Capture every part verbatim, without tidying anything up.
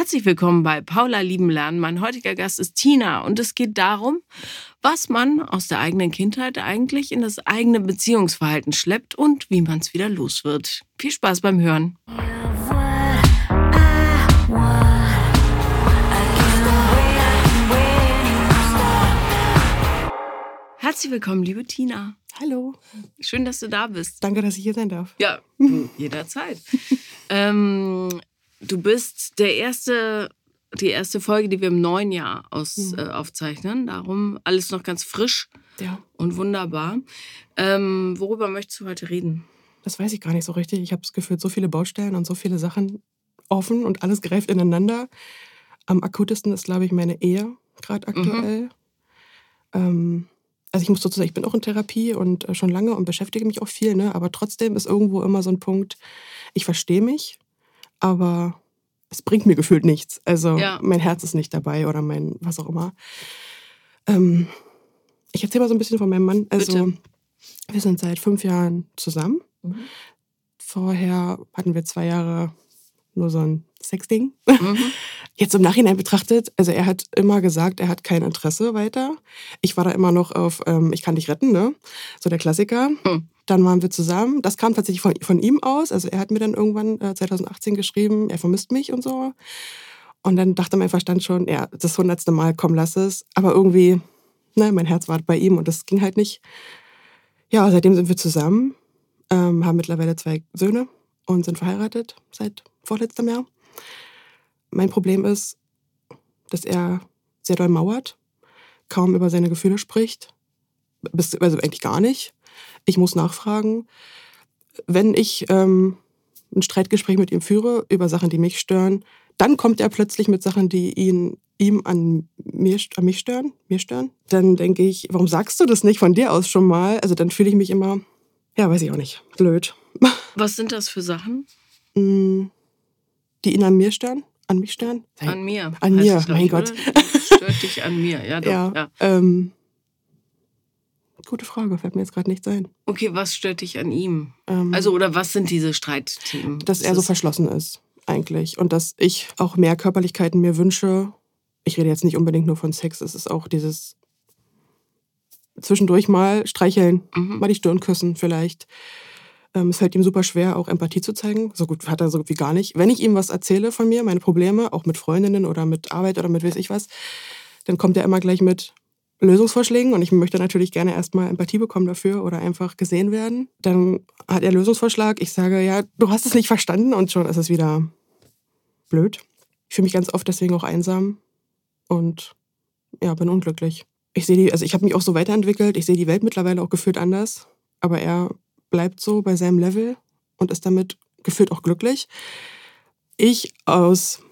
Herzlich willkommen bei Paula lieben lernen. Mein heutiger Gast ist Tina und es geht darum, was man aus der eigenen Kindheit eigentlich in das eigene Beziehungsverhalten schleppt und wie man es wieder los wird. Viel Spaß beim Hören. Herzlich willkommen, liebe Tina. Hallo. Schön, dass du da bist. Danke, dass ich hier sein darf. Ja, jederzeit. ähm, du bist der erste, die erste Folge, die wir im neuen Jahr aus, mhm. äh, aufzeichnen. Darum alles noch ganz frisch ja. und wunderbar. Ähm, worüber möchtest du heute reden? Das weiß ich gar nicht so richtig. Ich habe das Gefühl, so viele Baustellen und so viele Sachen offen und alles greift ineinander. Am akutesten ist, glaube ich, meine Ehe gerade aktuell. Mhm. Ähm, Also ich muss dazu sagen, ich bin auch in Therapie und schon lange und beschäftige mich auch viel, ne? Aber trotzdem ist irgendwo immer so ein Punkt, ich verstehe mich, aber es bringt mir gefühlt nichts. Also ja. Mein Herz ist nicht dabei oder mein was auch immer. Ähm, ich erzähle mal so ein bisschen von meinem Mann. Also Bitte. Wir sind seit fünf Jahren zusammen. Mhm. Vorher hatten wir zwei Jahre nur so ein Sexding. Mhm. Jetzt im Nachhinein betrachtet, also er hat immer gesagt, er hat kein Interesse weiter. Ich war da immer noch auf, ähm, ich kann dich retten, ne? So der Klassiker. Mhm. Dann waren wir zusammen. Das kam tatsächlich von, von ihm aus. Also er hat mir dann irgendwann äh, zwanzig achtzehn geschrieben, er vermisst mich und so. Und dann dachte mein Verstand schon, ja, das hundertste Mal, komm, lass es. Aber irgendwie, ne, mein Herz war bei ihm und das ging halt nicht. Ja, seitdem sind wir zusammen, ähm, haben mittlerweile zwei Söhne und sind verheiratet seit vorletztem Jahr. Mein Problem ist, dass er sehr doll mauert, kaum über seine Gefühle spricht, also eigentlich gar nicht. Ich muss nachfragen. Wenn ich ähm, ein Streitgespräch mit ihm führe über Sachen, die mich stören, dann kommt er plötzlich mit Sachen, die ihn, ihm an, mir, an mich stören, mir stören. Dann denke ich, warum sagst du das nicht von dir aus schon mal? Also dann fühle ich mich immer, ja, weiß ich auch nicht, blöd. Was sind das für Sachen? Die ihn an mir stören? An mich stören? An mir. An mir, es, mein ich, Gott. Stört dich an mir, ja doch. Ja, ja. Ähm, gute Frage, fällt mir jetzt gerade nichts ein. Okay, was stört dich an ihm? Ähm, also, oder was sind diese Streitthemen? Dass er so verschlossen ist, eigentlich. Und dass ich auch mehr Körperlichkeiten mir wünsche. Ich rede jetzt nicht unbedingt nur von Sex, es ist auch dieses zwischendurch mal streicheln, mhm. mal die Stirn küssen vielleicht. Es fällt ihm super schwer, auch Empathie zu zeigen. So gut hat er so gut wie gar nicht. Wenn ich ihm was erzähle von mir, meine Probleme, auch mit Freundinnen oder mit Arbeit oder mit weiß ich was, dann kommt er immer gleich mit Lösungsvorschlägen und ich möchte natürlich gerne erstmal Empathie bekommen dafür oder einfach gesehen werden. Dann hat er einen Lösungsvorschlag. Ich sage, ja, du hast es nicht verstanden und schon ist es wieder blöd. Ich fühle mich ganz oft deswegen auch einsam und ja, bin unglücklich. Ich sehe die, also ich habe mich auch so weiterentwickelt. Ich sehe die Welt mittlerweile auch gefühlt anders, aber er bleibt so bei seinem Level und ist damit gefühlt auch glücklich. Ich aus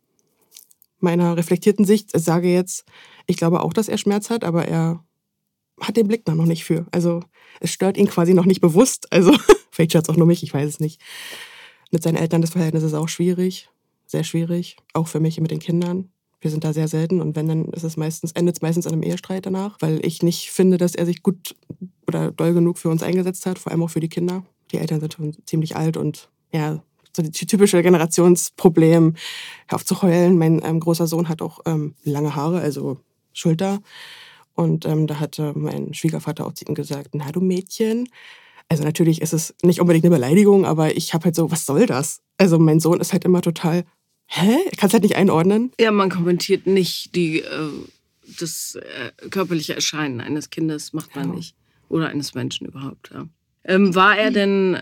meiner reflektierten Sicht sage jetzt, ich glaube auch, dass er Schmerz hat, aber er hat den Blick da noch nicht für. Also es stört ihn quasi noch nicht bewusst. Also vielleicht stört es auch nur mich, ich weiß es nicht. Mit seinen Eltern das Verhältnis ist auch schwierig, sehr schwierig, auch für mich mit den Kindern. Wir sind da sehr selten und wenn, dann ist es meistens, endet es meistens an einem Ehestreit danach, weil ich nicht finde, dass er sich gut oder doll genug für uns eingesetzt hat, vor allem auch für die Kinder. Die Eltern sind schon ziemlich alt und ja, so die typische Generationsproblem, hör auf zu heulen. Mein ähm, großer Sohn hat auch ähm, lange Haare, also Schulter. Und ähm, da hatte mein Schwiegervater auch zu ihm gesagt, na du Mädchen. Also natürlich ist es nicht unbedingt eine Beleidigung, aber ich habe halt so, was soll das? Also mein Sohn ist halt immer total... Hä? Ich kann es halt nicht einordnen. Ja, man kommentiert nicht die, äh, das äh, körperliche Erscheinen eines Kindes, macht man ja. nicht. Oder eines Menschen überhaupt, ja. Ähm, war er denn,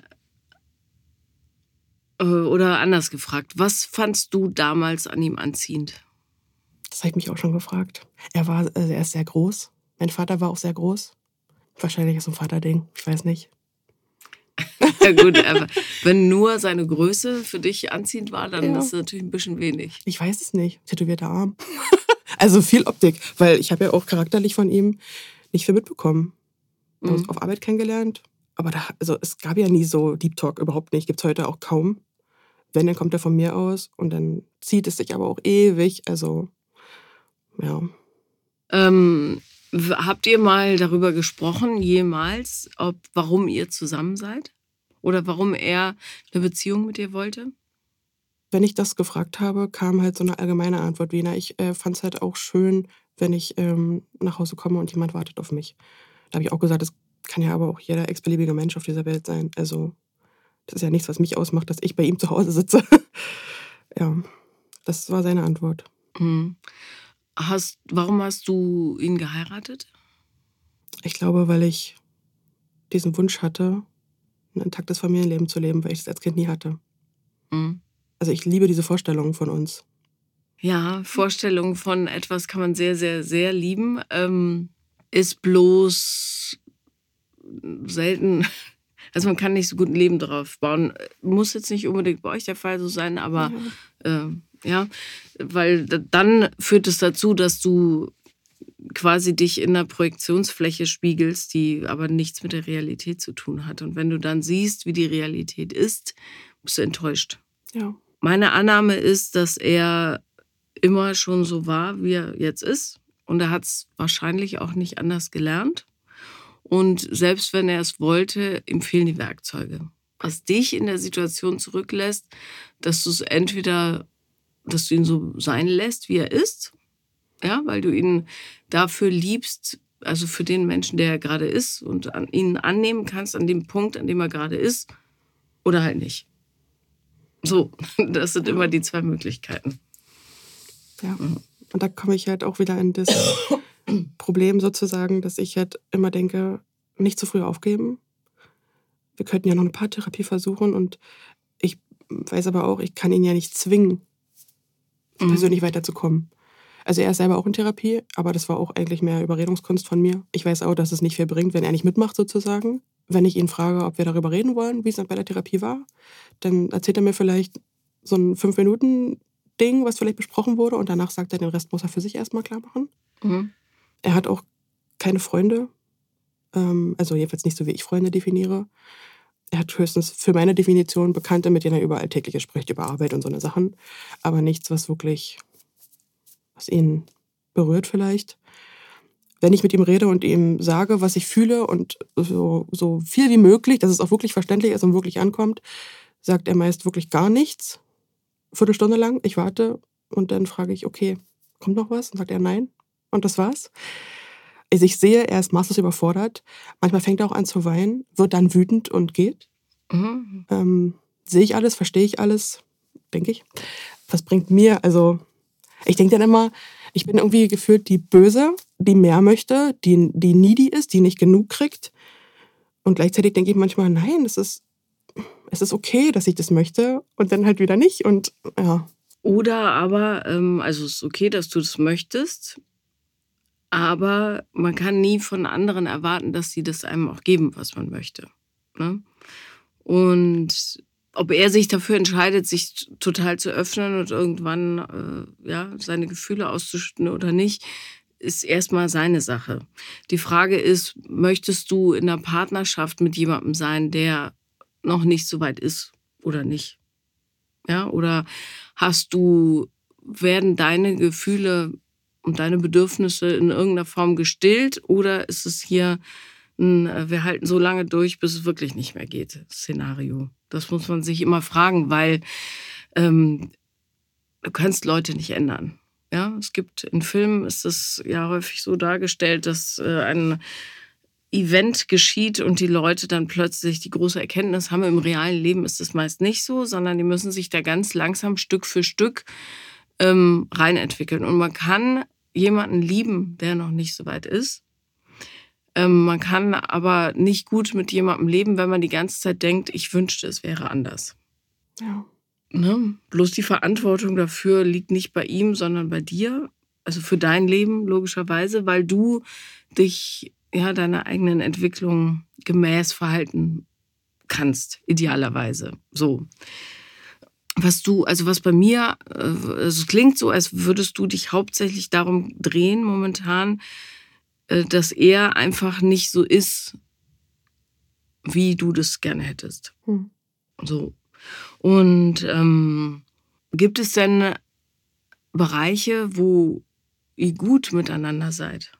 äh, oder anders gefragt, was fandst du damals an ihm anziehend? Das habe ich mich auch schon gefragt. Er war, also er ist sehr groß. Mein Vater war auch sehr groß. Wahrscheinlich ist es ein Vaterding, ich weiß nicht. Ja gut, aber wenn nur seine Größe für dich anziehend war, dann ja. ist es natürlich ein bisschen wenig. Ich weiß es nicht. Tätowierter Arm. Also viel Optik, weil ich habe ja auch charakterlich von ihm nicht viel mitbekommen. Wir haben uns mhm. auf Arbeit kennengelernt, aber da, also es gab ja nie so Deep Talk, überhaupt nicht. Gibt es heute auch kaum. Wenn, dann kommt er von mir aus und dann zieht es sich aber auch ewig. Also, ja. Ähm, habt ihr mal darüber gesprochen, jemals, ob, warum ihr zusammen seid? Oder warum er eine Beziehung mit dir wollte? wenn ich das gefragt habe, kam halt so eine allgemeine Antwort wie, na, ich äh, fand es halt auch schön, wenn ich ähm, nach Hause komme und jemand wartet auf mich. Da habe ich auch gesagt, das kann ja aber auch jeder x-beliebige Mensch auf dieser Welt sein. Also das ist ja nichts, was mich ausmacht, dass ich bei ihm zu Hause sitze. Ja, das war seine Antwort. Mhm. Hast, warum hast du ihn geheiratet? Ich glaube, weil ich diesen Wunsch hatte, ein intaktes Familienleben zu leben, weil ich das als Kind nie hatte. Mhm. Also ich liebe diese Vorstellung von uns. Ja, Vorstellung von etwas kann man sehr, sehr, sehr lieben. Ähm, ist bloß selten, also man kann nicht so gut ein Leben drauf bauen. Muss jetzt nicht unbedingt bei euch der Fall so sein, aber ja, äh, ja weil d- dann führt es dazu, dass du quasi dich in einer Projektionsfläche spiegelst, die aber nichts mit der Realität zu tun hat. Und wenn du dann siehst, wie die Realität ist, bist du enttäuscht. Ja. Meine Annahme ist, dass er immer schon so war, wie er jetzt ist. Und er hat es wahrscheinlich auch nicht anders gelernt. Und selbst wenn er es wollte, ihm fehlen die Werkzeuge. Was dich in der Situation zurücklässt, dass du es entweder, dass du ihn so sein lässt, wie er ist, ja, weil du ihn dafür liebst, also für den Menschen, der er gerade ist und an, ihn annehmen kannst an dem Punkt, an dem er gerade ist, oder halt nicht. So, das sind immer die zwei Möglichkeiten. Ja. Und da komme ich halt auch wieder in das Problem sozusagen, dass ich halt immer denke, nicht zu früh aufgeben. Wir könnten ja noch eine Paartherapie versuchen und ich weiß aber auch, ich kann ihn ja nicht zwingen, Mhm. persönlich weiterzukommen. Also er ist selber auch in Therapie, aber das war auch eigentlich mehr Überredungskunst von mir. Ich weiß auch, dass es nicht viel bringt, wenn er nicht mitmacht sozusagen. Wenn ich ihn frage, ob wir darüber reden wollen, wie es dann bei der Therapie war, dann erzählt er mir vielleicht so ein Fünf-Minuten-Ding, was vielleicht besprochen wurde und danach sagt er, den Rest muss er für sich erstmal klar machen. Mhm. Er hat auch keine Freunde, ähm, also jedenfalls nicht so, wie ich Freunde definiere. Er hat höchstens für meine Definition Bekannte, mit denen er über Alltägliche spricht, über Arbeit und so eine Sachen, aber nichts, was wirklich, was ihn berührt vielleicht. Wenn ich mit ihm rede und ihm sage, was ich fühle und so, so viel wie möglich, dass es auch wirklich verständlich ist und wirklich ankommt, sagt er meist wirklich gar nichts. Viertelstunde lang, ich warte und dann frage ich, okay, kommt noch was? Und sagt er nein. Und das war's. Also ich sehe, er ist maßlos überfordert. Manchmal fängt er auch an zu weinen, wird dann wütend und geht. Mhm. Ähm, sehe ich alles, verstehe ich alles, denke ich. Was bringt mir, also ich denke dann immer, ich bin irgendwie gefühlt die Böse, die mehr möchte, die, die needy ist, die nicht genug kriegt. Und gleichzeitig denke ich manchmal, nein, es ist, es ist okay, dass ich das möchte und dann halt wieder nicht. Und ja. Oder aber, ähm, also es ist okay, dass du das möchtest, aber man kann nie von anderen erwarten, dass sie das einem auch geben, was man möchte. Ne? Und ob er sich dafür entscheidet, sich total zu öffnen und irgendwann äh, ja, seine Gefühle auszuschütten oder nicht, ist erstmal seine Sache. Die Frage ist, möchtest du in einer Partnerschaft mit jemandem sein, der noch nicht so weit ist oder nicht? Ja, oder hast du, werden deine Gefühle und deine Bedürfnisse in irgendeiner Form gestillt oder ist es hier ein äh, wir halten so lange durch, bis es wirklich nicht mehr geht, Szenario? Das muss man sich immer fragen, weil ähm, du kannst Leute nicht ändern. Ja, es gibt in Filmen ist es ja häufig so dargestellt, dass äh, ein Event geschieht und die Leute dann plötzlich die große Erkenntnis haben. Im realen Leben ist es meist nicht so, sondern die müssen sich da ganz langsam Stück für Stück ähm, reinentwickeln. Und man kann jemanden lieben, der noch nicht so weit ist. Ähm, man kann aber nicht gut mit jemandem leben, wenn man die ganze Zeit denkt, ich wünschte, es wäre anders. Ja. Ne? Bloß die Verantwortung dafür liegt nicht bei ihm, sondern bei dir. Also für dein Leben logischerweise, weil du dich ja deiner eigenen Entwicklung gemäß verhalten kannst, idealerweise. So. Was du, also was bei mir, äh, also es klingt so, als würdest du dich hauptsächlich darum drehen momentan, äh, dass er einfach nicht so ist, wie du das gerne hättest. Hm. So. Und ähm, gibt es denn Bereiche, wo ihr gut miteinander seid?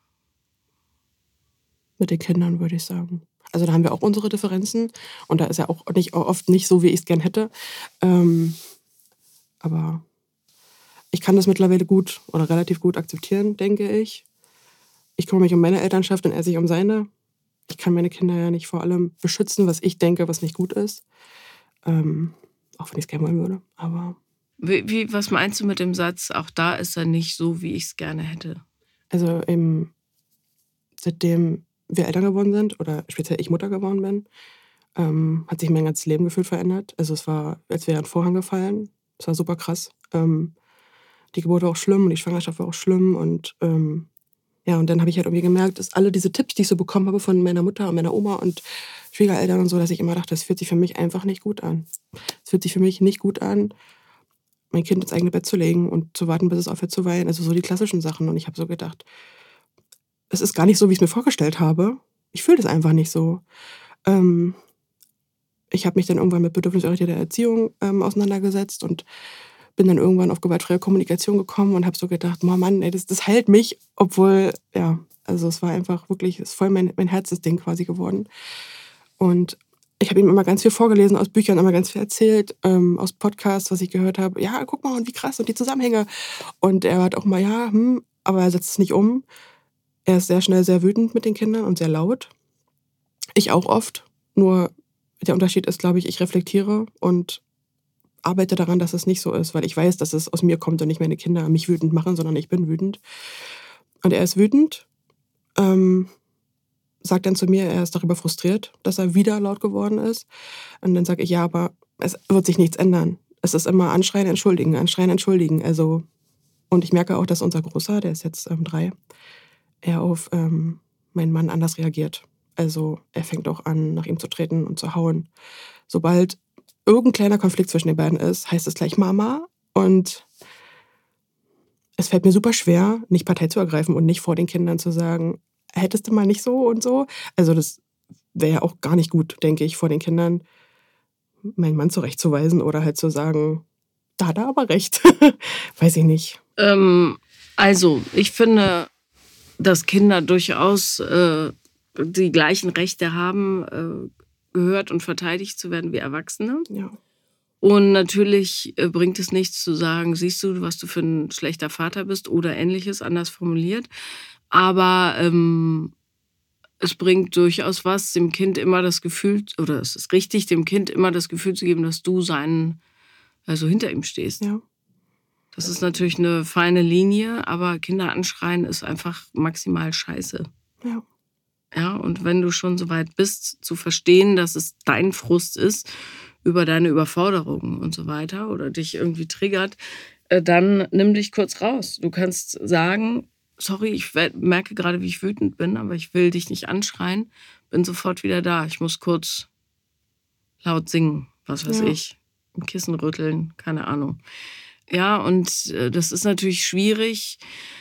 Mit den Kindern, würde ich sagen. Also da haben wir auch unsere Differenzen und da ist er auch nicht, oft nicht so, wie ich es gern hätte. Ähm, Aber ich kann das mittlerweile gut oder relativ gut akzeptieren, denke ich. Ich kümmere mich um meine Elternschaft und er sich um seine. Ich kann meine Kinder ja nicht vor allem beschützen, was ich denke, was nicht gut ist. Ähm, auch wenn ich es gerne wollen würde. Aber Wie, wie, was meinst du mit dem Satz, auch da ist er nicht so, wie ich es gerne hätte? Also eben, seitdem wir Eltern geworden sind oder speziell ich Mutter geworden bin, ähm, hat sich mein ganzes Leben gefühlt verändert. Also es war, als wäre ein Vorhang gefallen. Es war super krass. Ähm, die Geburt war auch schlimm und die Schwangerschaft war auch schlimm. Und ähm, ja, und dann habe ich halt irgendwie gemerkt, dass alle diese Tipps, die ich so bekommen habe von meiner Mutter und meiner Oma und Schwiegereltern und so, dass ich immer dachte, das fühlt sich für mich einfach nicht gut an. Es fühlt sich für mich nicht gut an, mein Kind ins eigene Bett zu legen und zu warten, bis es aufhört zu weinen. Also so die klassischen Sachen. Und ich habe so gedacht, es ist gar nicht so, wie ich es mir vorgestellt habe. Ich fühle das einfach nicht so. Ähm, ich habe mich dann irgendwann mit bedürfnisorientierter Erziehung ähm, auseinandergesetzt und bin dann irgendwann auf gewaltfreie Kommunikation gekommen und habe so gedacht, oh Mann, ey, das, das heilt mich, obwohl, ja, also es war einfach wirklich, es ist voll mein, mein Herzensding quasi geworden. Und ich habe ihm immer ganz viel vorgelesen aus Büchern, immer ganz viel erzählt, ähm, aus Podcasts, was ich gehört habe. Ja, guck mal, und wie krass und die Zusammenhänge. Und er hat auch mal, ja, hm, aber er setzt es nicht um. Er ist sehr schnell sehr wütend mit den Kindern und sehr laut. Ich auch oft. Nur der Unterschied ist, glaube ich, ich reflektiere und arbeite daran, dass es nicht so ist, weil ich weiß, dass es aus mir kommt und nicht meine Kinder mich wütend machen, sondern ich bin wütend. Und er ist wütend, ähm, sagt dann zu mir, er ist darüber frustriert, dass er wieder laut geworden ist. Und dann sage ich, ja, aber es wird sich nichts ändern. Es ist immer anschreien, entschuldigen, anschreien, entschuldigen. Also, und ich merke auch, dass unser Großer, der ist jetzt ähm, drei, er auf ähm, meinen Mann anders reagiert. Also er fängt auch an, nach ihm zu treten und zu hauen. Sobald irgendein kleiner Konflikt zwischen den beiden ist, heißt es gleich Mama. Und es fällt mir super schwer, nicht Partei zu ergreifen und nicht vor den Kindern zu sagen, hättest du mal nicht so und so. Also das wäre ja auch gar nicht gut, denke ich, vor den Kindern meinen Mann zurechtzuweisen oder halt zu sagen, da hat er aber recht. Weiß ich nicht. Ähm, also, ich finde, dass Kinder durchaus äh, die gleichen Rechte haben, äh, gehört und verteidigt zu werden wie Erwachsene. Ja. Und natürlich äh, bringt es nichts zu sagen, siehst du, was du für ein schlechter Vater bist oder Ähnliches, anders formuliert. Aber ähm, es bringt durchaus was, dem Kind immer das Gefühl, oder es ist richtig, dem Kind immer das Gefühl zu geben, dass du seinen, also hinter ihm stehst. Ja. Das ist natürlich eine feine Linie, aber Kinder anschreien ist einfach maximal scheiße. Ja. Ja, und wenn du schon so weit bist, zu verstehen, dass es dein Frust ist über deine Überforderung und so weiter oder dich irgendwie triggert, dann nimm dich kurz raus. Du kannst sagen, sorry, ich merke gerade, wie ich wütend bin, aber ich will dich nicht anschreien, bin sofort wieder da. Ich muss kurz laut singen, was weiß Ja. ich, ein Kissen rütteln, keine Ahnung. Ja, und das ist natürlich schwierig.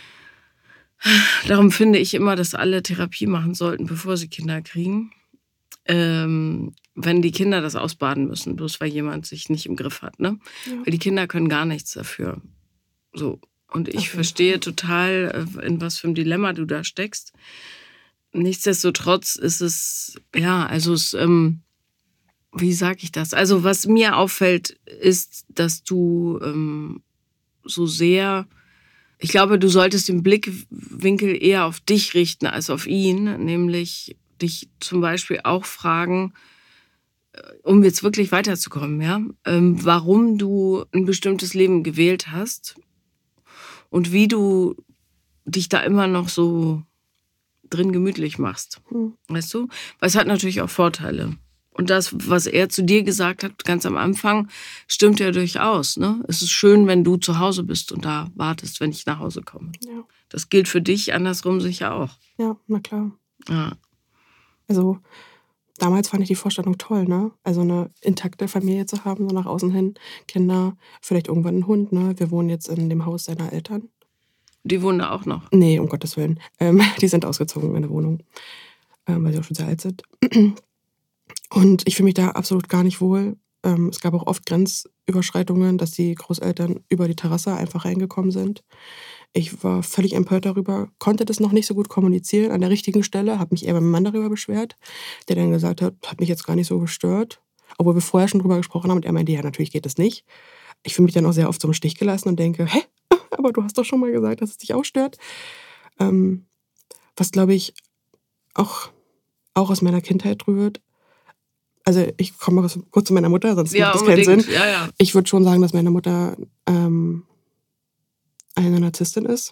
Darum finde ich immer, dass alle Therapie machen sollten, bevor sie Kinder kriegen. Ähm, wenn die Kinder das ausbaden müssen, bloß weil jemand sich nicht im Griff hat, ne? Ja. Weil die Kinder können gar nichts dafür. So. Und ich Okay. verstehe total, in was für einem Dilemma du da steckst. Nichtsdestotrotz ist es, ja, also es, ähm, wie sage ich das? Also was mir auffällt, ist, dass du ähm, so sehr, ich glaube, du solltest den Blickwinkel eher auf dich richten als auf ihn, nämlich dich zum Beispiel auch fragen, um jetzt wirklich weiterzukommen, ja, ähm, warum du ein bestimmtes Leben gewählt hast und wie du dich da immer noch so drin gemütlich machst, Hm. weißt du? Weil es hat natürlich auch Vorteile. Und das, was er zu dir gesagt hat, ganz am Anfang, stimmt ja durchaus. Ne? Es ist schön, wenn du zu Hause bist und da wartest, wenn ich nach Hause komme. Ja. Das gilt für dich andersrum sicher auch. Ja, na klar. Ja. Also damals fand ich die Vorstellung toll, ne? Also eine intakte Familie zu haben, so nach außen hin, Kinder, vielleicht irgendwann einen Hund, ne? Wir wohnen jetzt in dem Haus seiner Eltern. Die wohnen da auch noch. Nee, um Gottes Willen. Ähm, die sind ausgezogen in eine Wohnung, ähm, weil sie auch schon sehr alt sind. Und ich fühle mich da absolut gar nicht wohl. Ähm, es gab auch oft Grenzüberschreitungen, dass die Großeltern über die Terrasse einfach reingekommen sind. Ich war völlig empört darüber, konnte das noch nicht so gut kommunizieren an der richtigen Stelle, habe mich eher beim Mann darüber beschwert, der dann gesagt hat, hat mich jetzt gar nicht so gestört. Obwohl wir vorher schon drüber gesprochen haben und er meinte, ja, natürlich geht das nicht. Ich fühle mich dann auch sehr oft so im Stich gelassen und denke, hä, aber du hast doch schon mal gesagt, dass es dich auch stört. Ähm, was, glaube ich, auch, auch aus meiner Kindheit rührt. Also ich komme mal kurz zu meiner Mutter, sonst Ja, macht das keinen unbedingt. Sinn. Ja, ja. Ich würde schon sagen, dass meine Mutter ähm, eine Narzisstin ist.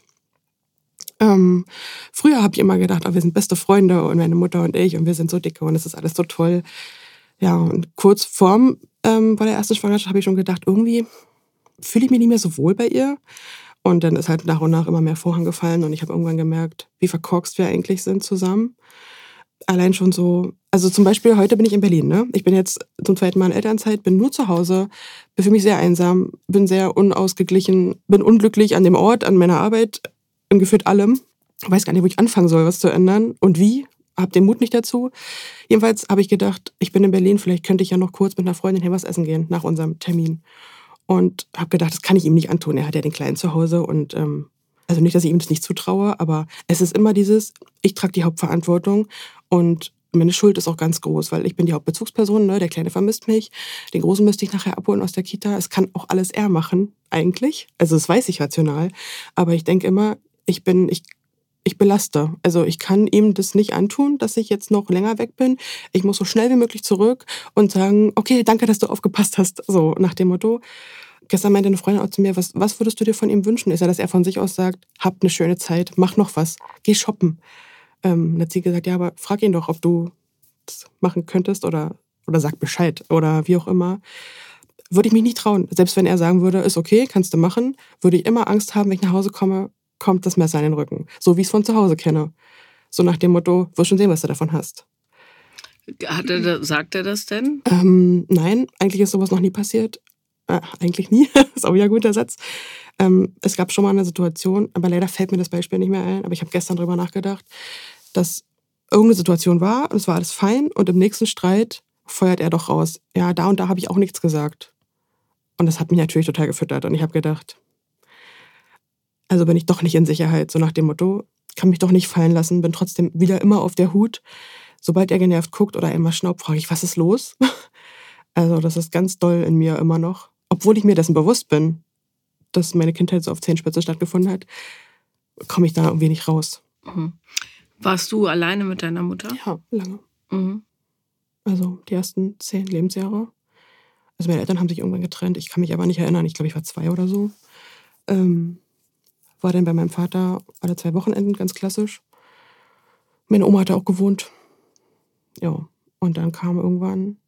Ähm, früher habe ich immer gedacht, oh, wir sind beste Freunde und meine Mutter und ich und wir sind so dicke und es ist alles so toll. Ja, und kurz vorm ähm, bei der ersten Schwangerschaft habe ich schon gedacht, irgendwie fühle ich mich nicht mehr so wohl bei ihr. Und dann ist halt nach und nach immer mehr Vorhang gefallen und ich habe irgendwann gemerkt, wie verkorkst wir eigentlich sind zusammen. Allein schon so, also zum Beispiel heute bin ich in Berlin, ne? Ich bin jetzt zum zweiten Mal in Elternzeit, bin nur zu Hause, bin für mich sehr einsam, bin sehr unausgeglichen, bin unglücklich an dem Ort, an meiner Arbeit, in gefühlt allem. Ich weiß gar nicht, wo ich anfangen soll, was zu ändern und wie. Hab den Mut nicht dazu. Jedenfalls habe ich gedacht, ich bin in Berlin, vielleicht könnte ich ja noch kurz mit einer Freundin hier was essen gehen, nach unserem Termin. Und habe gedacht, das kann ich ihm nicht antun. Er hat ja den Kleinen zu Hause und ähm, also nicht, dass ich ihm das nicht zutraue, aber es ist immer dieses, ich trage die Hauptverantwortung und meine Schuld ist auch ganz groß, weil ich bin die Hauptbezugsperson, ne? Der Kleine vermisst mich, den Großen müsste ich nachher abholen aus der Kita. Es kann auch alles er machen, eigentlich. Also das weiß ich rational. Aber ich denke immer, ich bin, ich, ich belaste. Also ich kann ihm das nicht antun, dass ich jetzt noch länger weg bin. Ich muss so schnell wie möglich zurück und sagen, okay, danke, dass du aufgepasst hast. So nach dem Motto. Gestern meinte eine Freundin auch zu mir, was, was würdest du dir von ihm wünschen? Ist ja, dass er von sich aus sagt, hab eine schöne Zeit, mach noch was, geh shoppen. Ähm, dann hat sie gesagt, ja, aber frag ihn doch, ob du das machen könntest oder, oder sag Bescheid oder wie auch immer. Würde ich mich nicht trauen. Selbst wenn er sagen würde, ist okay, kannst du machen, würde ich immer Angst haben, wenn ich nach Hause komme, kommt das Messer in den Rücken. So wie ich es von zu Hause kenne. So nach dem Motto, wirst schon sehen, was du davon hast. Hat er da, sagt er das denn? Ähm, nein, eigentlich ist sowas noch nie passiert. Äh, eigentlich nie, ist auch wieder ein guter Satz. Ähm, es gab schon mal eine Situation, aber leider fällt mir das Beispiel nicht mehr ein, aber ich habe gestern drüber nachgedacht, dass irgendeine Situation war und es war alles fein und im nächsten Streit feuert er doch raus. Ja, da und da habe ich auch nichts gesagt. Und das hat mich natürlich total gefüttert und ich habe gedacht, also bin ich doch nicht in Sicherheit, so nach dem Motto, kann mich doch nicht fallen lassen, bin trotzdem wieder immer auf der Hut. Sobald er genervt guckt oder einmal schnaubt, frage ich, was ist los? Also das ist ganz doll in mir immer noch. Obwohl ich mir dessen bewusst bin, dass meine Kindheit so auf Zehenspitze stattgefunden hat, komme ich da irgendwie nicht raus. Mhm. Warst du alleine mit deiner Mutter? Ja, lange. Mhm. Also die ersten zehn Lebensjahre. Also meine Eltern haben sich irgendwann getrennt. Ich kann mich aber nicht erinnern. Ich glaube, ich war zwei oder so. Ähm, war dann bei meinem Vater alle zwei Wochenenden, ganz klassisch. Meine Oma hatte auch gewohnt. Ja, und dann kam irgendwann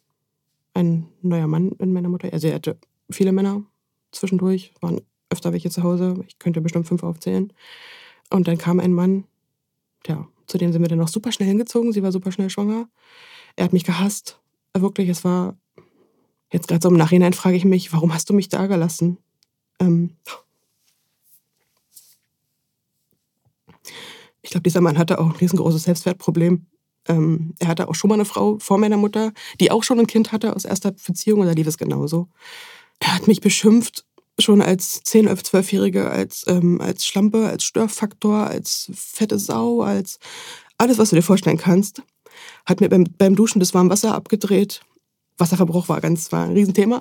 ein neuer Mann in meiner Mutter. Also er hatte viele Männer zwischendurch, waren öfter welche zu Hause. Ich könnte bestimmt fünf aufzählen. Und dann kam ein Mann, ja, zu dem sind wir dann noch super schnell hingezogen. Sie war super schnell schwanger. Er hat mich gehasst. Wirklich, es war, jetzt gerade so im Nachhinein frage ich mich, warum hast du mich da gelassen? Ähm, ich glaube, dieser Mann hatte auch ein riesengroßes Selbstwertproblem. Ähm, er hatte auch schon mal eine Frau vor meiner Mutter, die auch schon ein Kind hatte aus erster Beziehung und da lief es genauso. Er hat mich beschimpft, schon als zehn-, elf-, zwölfjährige, als, ähm, als Schlampe, als Störfaktor, als fette Sau, als alles, was du dir vorstellen kannst. Hat mir beim, beim Duschen das warme Wasser abgedreht. Wasserverbrauch war ganz, war ein Riesenthema.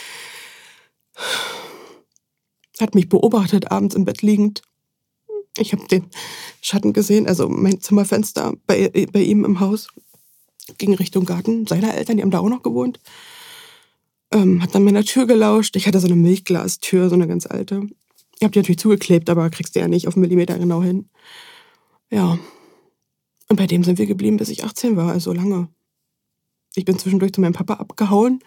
Hat mich beobachtet, abends im Bett liegend. Ich habe den Schatten gesehen, also mein Zimmerfenster bei, bei ihm im Haus ging Richtung Garten seiner Eltern, die haben da auch noch gewohnt. Ähm, hat dann meiner Tür gelauscht. Ich hatte so eine Milchglastür, so eine ganz alte. Ich habe die natürlich zugeklebt, aber kriegst du ja nicht auf einen Millimeter genau hin. Ja. Und bei dem sind wir geblieben, bis ich achtzehn war, also lange. Ich bin zwischendurch zu meinem Papa abgehauen.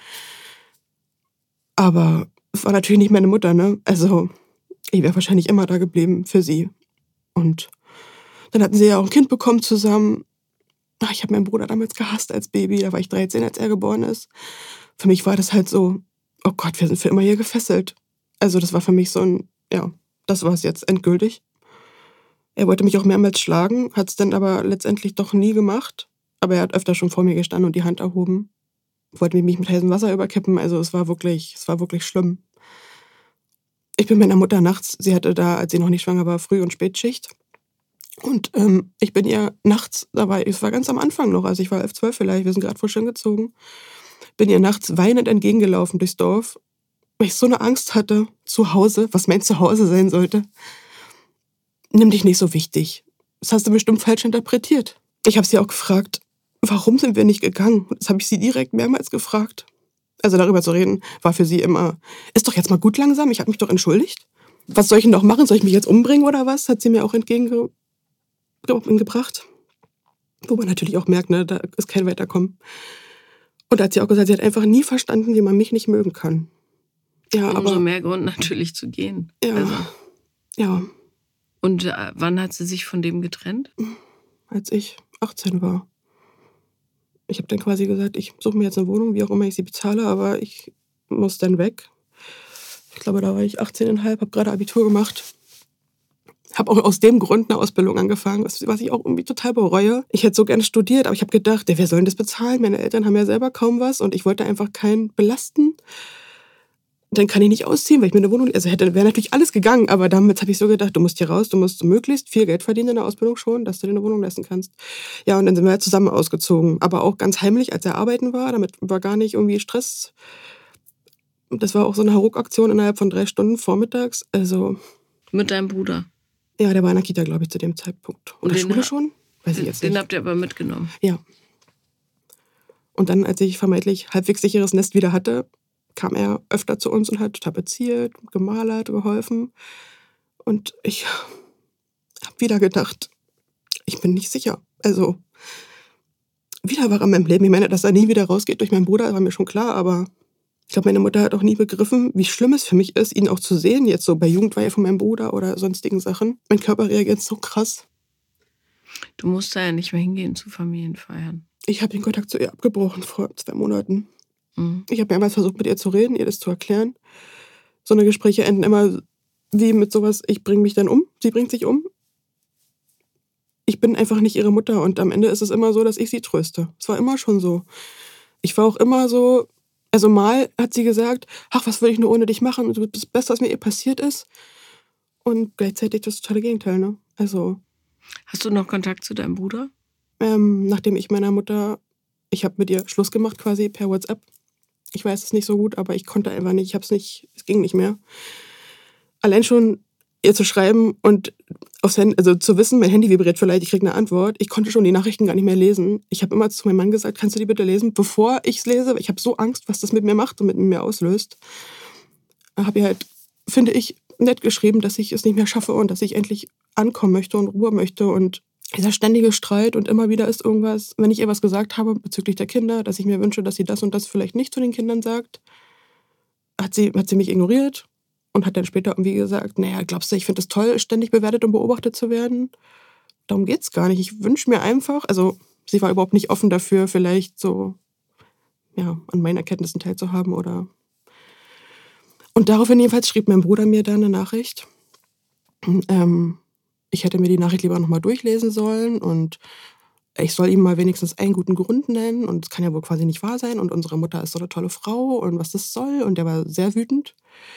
Aber es war natürlich nicht meine Mutter, ne? Also ich wäre wahrscheinlich immer da geblieben für sie. Und dann hatten sie ja auch ein Kind bekommen zusammen. Ach, ich habe meinen Bruder damals gehasst als Baby. Da war ich dreizehn, als er geboren ist. Für mich war das halt so, oh Gott, wir sind für immer hier gefesselt. Also das war für mich so ein, ja, das war es jetzt endgültig. Er wollte mich auch mehrmals schlagen, hat es dann aber letztendlich doch nie gemacht. Aber er hat öfter schon vor mir gestanden und die Hand erhoben. Wollte mich mit heißem Wasser überkippen. Also es war wirklich, es war wirklich schlimm. Ich bin mit meiner Mutter nachts, sie hatte da, als sie noch nicht schwanger war, Früh- und Spätschicht. Und ähm, ich bin ihr nachts, da war, es war ganz am Anfang noch, also ich war elf, zwölf vielleicht, wir sind gerade frisch hingezogen, bin ihr nachts weinend entgegengelaufen durchs Dorf. weil ich so eine Angst hatte, zu Hause, was mein Zuhause sein sollte. Nimm dich nicht so wichtig. Das hast du bestimmt falsch interpretiert. Ich habe sie auch gefragt, warum sind wir nicht gegangen? Das habe ich sie direkt mehrmals gefragt. Also darüber zu reden, war für sie immer, ist doch jetzt mal gut langsam, ich habe mich doch entschuldigt. Was soll ich denn noch machen? Soll ich mich jetzt umbringen oder was? Hat sie mir auch entgegengebracht. Wo man natürlich auch merkt, ne, da ist kein Weiterkommen. Und da hat sie auch gesagt, sie hat einfach nie verstanden, wie man mich nicht mögen kann. Ja, Umso aber, mehr Grund natürlich zu gehen. Ja, Also. ja. Und äh, wann hat sie sich von dem getrennt? Als ich achtzehn war. Ich habe dann quasi gesagt, ich suche mir jetzt eine Wohnung, wie auch immer ich sie bezahle, aber ich muss dann weg. Ich glaube, da war ich achtzehn Komma fünf, habe gerade Abitur gemacht. Habe auch aus dem Grund eine Ausbildung angefangen, was, was ich auch irgendwie total bereue. Ich hätte so gerne studiert, aber ich habe gedacht, wer soll denn das bezahlen? Meine Eltern haben ja selber kaum was und ich wollte einfach keinen belasten. Dann kann ich nicht ausziehen, weil ich mir eine Wohnung... Also hätte wäre natürlich alles gegangen, aber damit habe ich so gedacht, du musst hier raus, du musst möglichst viel Geld verdienen in der Ausbildung schon, dass du dir eine Wohnung leisten kannst. Ja, und dann sind wir halt zusammen ausgezogen. Aber auch ganz heimlich, als er arbeiten war. Damit war gar nicht irgendwie Stress. Das war auch so eine Hauruck-Aktion innerhalb von drei Stunden vormittags. Also... Mit deinem Bruder? Ja, der war in der Kita, glaube ich, zu dem Zeitpunkt. Oder Schule ha- schon? Weiß ich jetzt Den nicht. habt ihr aber mitgenommen? Ja. Und dann, als ich vermeintlich halbwegs sicheres Nest wieder hatte, kam er öfter zu uns und hat tapeziert, gemalert, geholfen. Und ich habe wieder gedacht, ich bin nicht sicher. Also, wieder war er in meinem Leben. Ich meine, dass er nie wieder rausgeht durch meinen Bruder, war mir schon klar, aber ich glaube, meine Mutter hat auch nie begriffen, wie schlimm es für mich ist, ihn auch zu sehen, jetzt so bei Jugendweihe von meinem Bruder oder sonstigen Sachen. Mein Körper reagiert so krass. Du musst da ja nicht mehr hingehen zu Familienfeiern. Ich habe den Kontakt zu ihr abgebrochen vor zwei Monaten. Mhm. Ich habe mehrmals versucht, mit ihr zu reden, ihr das zu erklären. So eine Gespräche enden immer wie mit sowas, ich bringe mich dann um, sie bringt sich um. Ich bin einfach nicht ihre Mutter und am Ende ist es immer so, dass ich sie tröste. Es war immer schon so. Ich war auch immer so, also mal hat sie gesagt, ach, was würde ich nur ohne dich machen? Du bist das Beste, was mir ihr passiert ist. Und gleichzeitig das totale Gegenteil, ne? Also, Hast du noch Kontakt zu deinem Bruder? ähm, nachdem ich meiner Mutter, ich habe mit ihr Schluss gemacht quasi per WhatsApp. Ich weiß es nicht so gut, aber ich konnte einfach nicht, ich habe es nicht, es ging nicht mehr. Allein schon ihr zu schreiben und aufs Handy, also zu wissen, mein Handy vibriert vielleicht, ich kriege eine Antwort. Ich konnte schon die Nachrichten gar nicht mehr lesen. Ich habe immer zu meinem Mann gesagt, kannst du die bitte lesen, bevor ich es lese? Ich habe so Angst, was das mit mir macht und mit mir auslöst. Habe ihr halt, finde ich, nett geschrieben, dass ich es nicht mehr schaffe und dass ich endlich ankommen möchte und Ruhe möchte. Und dieser ständige Streit und immer wieder ist irgendwas, wenn ich ihr was gesagt habe bezüglich der Kinder, dass ich mir wünsche, dass sie das und das vielleicht nicht zu den Kindern sagt, hat sie, hat sie mich ignoriert. Und hat dann später irgendwie gesagt, naja, glaubst du, ich finde es toll, ständig bewertet und beobachtet zu werden? Darum geht's gar nicht. Ich wünsche mir einfach, also sie war überhaupt nicht offen dafür, vielleicht so, ja, an meinen Erkenntnissen teilzuhaben oder... Und daraufhin jedenfalls schrieb mein Bruder mir dann eine Nachricht. Ähm, ich hätte mir die Nachricht lieber nochmal durchlesen sollen und ich soll ihm mal wenigstens einen guten Grund nennen und es kann ja wohl quasi nicht wahr sein und unsere Mutter ist so eine tolle Frau und was das soll. Und der war sehr wütend.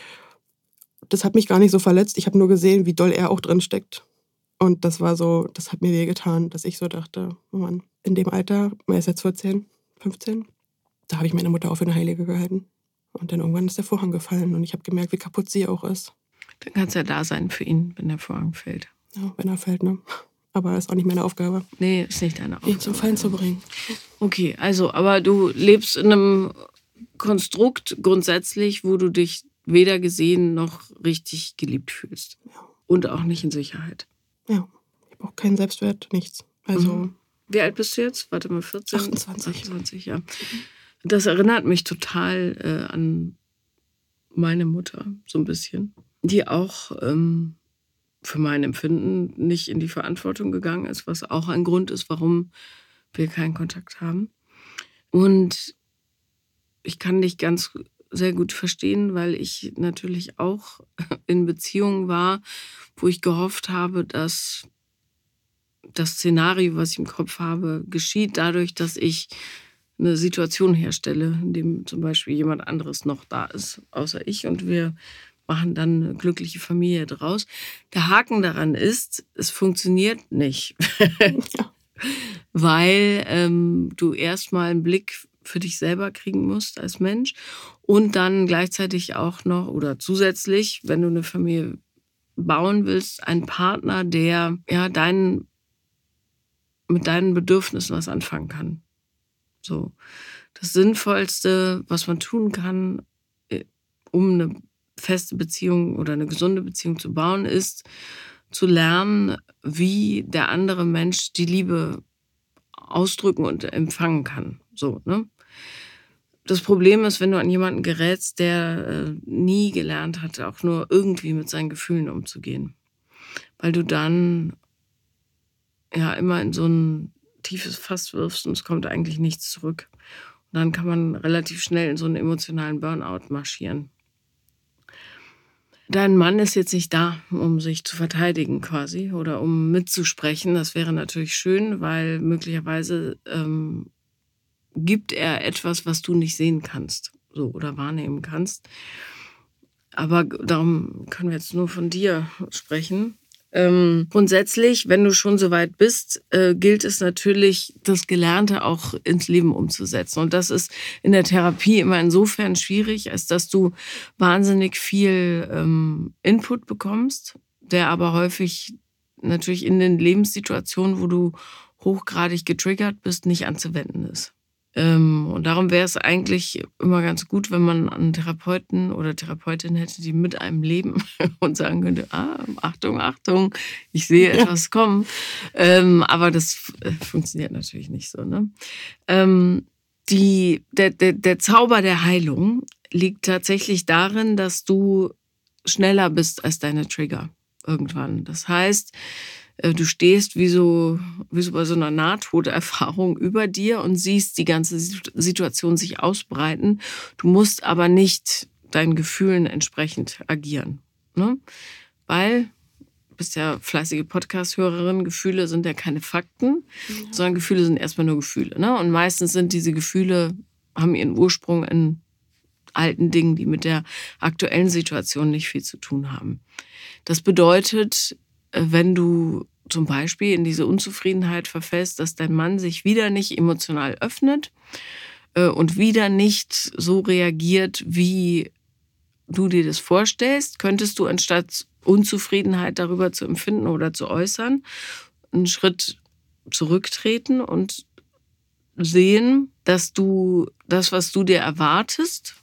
Das hat mich gar nicht so verletzt. Ich habe nur gesehen, wie doll er auch drin steckt. Und das war so, das hat mir wehgetan, dass ich so dachte, oh Mann, in dem Alter, er ist jetzt vierzehn, fünfzehn, da habe ich meine Mutter auch für eine Heilige gehalten. Und dann irgendwann ist der Vorhang gefallen und ich habe gemerkt, wie kaputt sie auch ist. Dann kannst du ja da sein für ihn, wenn der Vorhang fällt. Ja, wenn er fällt, ne? Aber das ist auch nicht meine Aufgabe. Nee, ist nicht deine Aufgabe. Ihn zum Fallen zu bringen. Okay, also, aber du lebst in einem Konstrukt grundsätzlich, wo du dich weder gesehen noch richtig geliebt fühlst. Ja. Und auch nicht in Sicherheit. Ja, ich habe auch keinen Selbstwert, nichts. Also. Mhm. Wie alt bist du jetzt? Warte mal, vierzehn? achtundzwanzig. achtundzwanzig, ja. Das erinnert mich total äh, an meine Mutter, so ein bisschen. Die auch ähm, für mein Empfinden nicht in die Verantwortung gegangen ist, was auch ein Grund ist, warum wir keinen Kontakt haben. Und ich kann dich ganz sehr gut verstehen, weil ich natürlich auch in Beziehungen war, wo ich gehofft habe, dass das Szenario, was ich im Kopf habe, geschieht dadurch, dass ich eine Situation herstelle, in dem zum Beispiel jemand anderes noch da ist, außer ich, und wir machen dann eine glückliche Familie draus. Der Haken daran ist, es funktioniert nicht, Ja. weil ähm, du erstmal einen Blick für dich selber kriegen musst als Mensch Und dann gleichzeitig auch noch oder zusätzlich, wenn du eine Familie bauen willst, einen Partner, der ja deinen, mit deinen Bedürfnissen was anfangen kann. So. Das Sinnvollste, was man tun kann, um eine feste Beziehung oder eine gesunde Beziehung zu bauen, ist zu lernen, wie der andere Mensch die Liebe ausdrücken und empfangen kann. So, ne? Das Problem ist, wenn du an jemanden gerätst, der äh, nie gelernt hat, auch nur irgendwie mit seinen Gefühlen umzugehen. Weil du dann ja immer in so ein tiefes Fass wirfst und es kommt eigentlich nichts zurück. Und dann kann man relativ schnell in so einen emotionalen Burnout marschieren. Dein Mann ist jetzt nicht da, um sich zu verteidigen quasi oder um mitzusprechen. Das wäre natürlich schön, weil möglicherweise ähm, gibt er etwas, was du nicht sehen kannst, so oder wahrnehmen kannst. Aber darum können wir jetzt nur von dir sprechen. Ähm, grundsätzlich, wenn du schon so weit bist, äh, gilt es natürlich, das Gelernte auch ins Leben umzusetzen. Und das ist in der Therapie immer insofern schwierig, als dass du wahnsinnig viel ähm, Input bekommst, der aber häufig natürlich in den Lebenssituationen, wo du hochgradig getriggert bist, nicht anzuwenden ist. Ähm, und darum wäre es eigentlich immer ganz gut, wenn man einen Therapeuten oder Therapeutin hätte, die mit einem leben und sagen könnte, ah, Achtung, Achtung, ich sehe etwas kommen. Ähm, aber das äh, funktioniert natürlich nicht so. Ne? Ähm, die, der, der, der Zauber der Heilung liegt tatsächlich darin, dass du schneller bist als deine Trigger irgendwann. Das heißt, du stehst wie so, wie so bei so einer Nahtoderfahrung über dir und siehst die ganze Situation sich ausbreiten. Du musst aber nicht deinen Gefühlen entsprechend agieren. Ne? Weil, du bist ja fleißige Podcast-Hörerin, Gefühle sind ja keine Fakten, ja. sondern Gefühle sind erstmal nur Gefühle. Ne? Und meistens sind diese Gefühle, haben ihren Ursprung in alten Dingen, die mit der aktuellen Situation nicht viel zu tun haben. Das bedeutet, wenn du zum Beispiel in diese Unzufriedenheit verfällst, dass dein Mann sich wieder nicht emotional öffnet äh, und wieder nicht so reagiert, wie du dir das vorstellst, könntest du anstatt Unzufriedenheit darüber zu empfinden oder zu äußern, einen Schritt zurücktreten und sehen, dass du das, was du dir erwartest,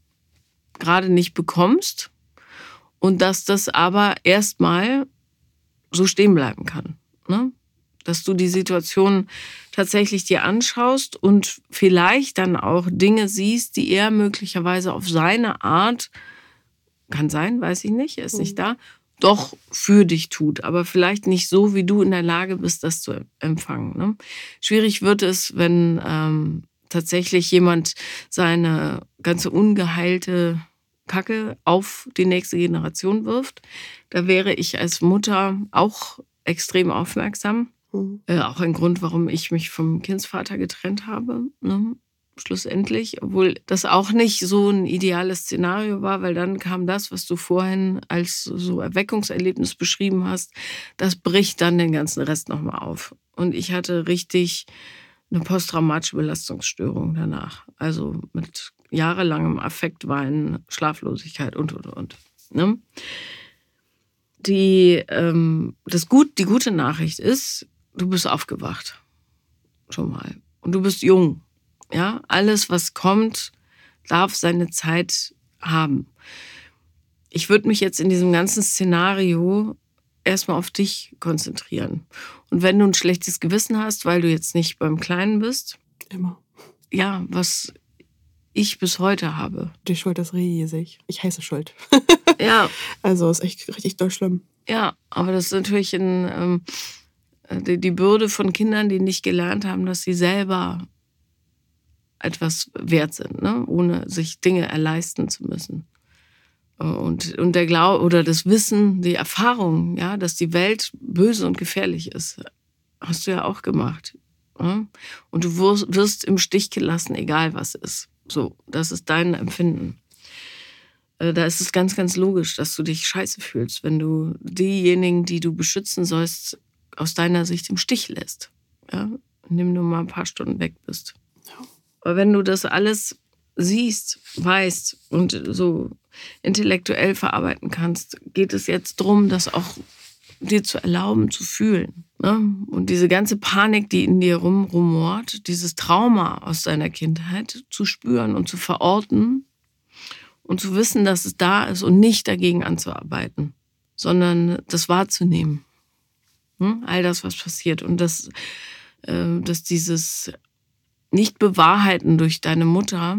gerade nicht bekommst und dass das aber erstmal so stehen bleiben kann. Ne? Dass du die Situation tatsächlich dir anschaust und vielleicht dann auch Dinge siehst, die er möglicherweise auf seine Art, kann sein, weiß ich nicht, er ist nicht da, doch für dich tut. Aber vielleicht nicht so, wie du in der Lage bist, das zu empfangen. Ne? Schwierig wird es, wenn ähm, tatsächlich jemand seine ganze ungeheilte Kacke auf die nächste Generation wirft. Da wäre ich als Mutter auch extrem aufmerksam. Mhm. Äh, auch ein Grund, warum ich mich vom Kindsvater getrennt habe, ne? Schlussendlich. Obwohl das auch nicht so ein ideales Szenario war, weil dann kam das, was du vorhin als so Erweckungserlebnis beschrieben hast, das bricht dann den ganzen Rest nochmal auf. Und ich hatte richtig eine posttraumatische Belastungsstörung danach. Also mit jahrelangem Affektweinen, Schlaflosigkeit und, und, und. Ne? Die, ähm, das gut, die gute Nachricht ist, du bist aufgewacht. Schon mal. Und du bist jung. Ja? Alles, was kommt, darf seine Zeit haben. Ich würde mich jetzt in diesem ganzen Szenario erstmal auf dich konzentrieren. Und wenn du ein schlechtes Gewissen hast, weil du jetzt nicht beim Kleinen bist. Immer. Ja, was ich bis heute habe. Die Schuld ist riesig. Ich heiße Schuld. Ja. Also ist echt richtig doll schlimm. Ja, aber das ist natürlich ein, ähm, die, die Bürde von Kindern, die nicht gelernt haben, dass sie selber etwas wert sind, ne? Ohne sich Dinge erleisten zu müssen. Und, und der Glaube oder das Wissen, die Erfahrung, ja, dass die Welt böse und gefährlich ist, hast du ja auch gemacht. Ja? Und du wirst, wirst im Stich gelassen, egal was ist. So, das ist dein Empfinden. Da ist es ganz, ganz logisch, dass du dich scheiße fühlst, wenn du diejenigen, die du beschützen sollst, aus deiner Sicht im Stich lässt. Ja? Indem du mal ein paar Stunden weg bist. Ja. Aber wenn du das alles siehst, weißt und so intellektuell verarbeiten kannst, geht es jetzt darum, das auch dir zu erlauben, zu fühlen. Ne? Und diese ganze Panik, die in dir rumrumort, dieses Trauma aus deiner Kindheit zu spüren und zu verorten und zu wissen, dass es da ist und nicht dagegen anzuarbeiten, sondern das wahrzunehmen. Hm? All das, was passiert. Und dass, äh, dass dieses Nicht-Bewahrheiten durch deine Mutter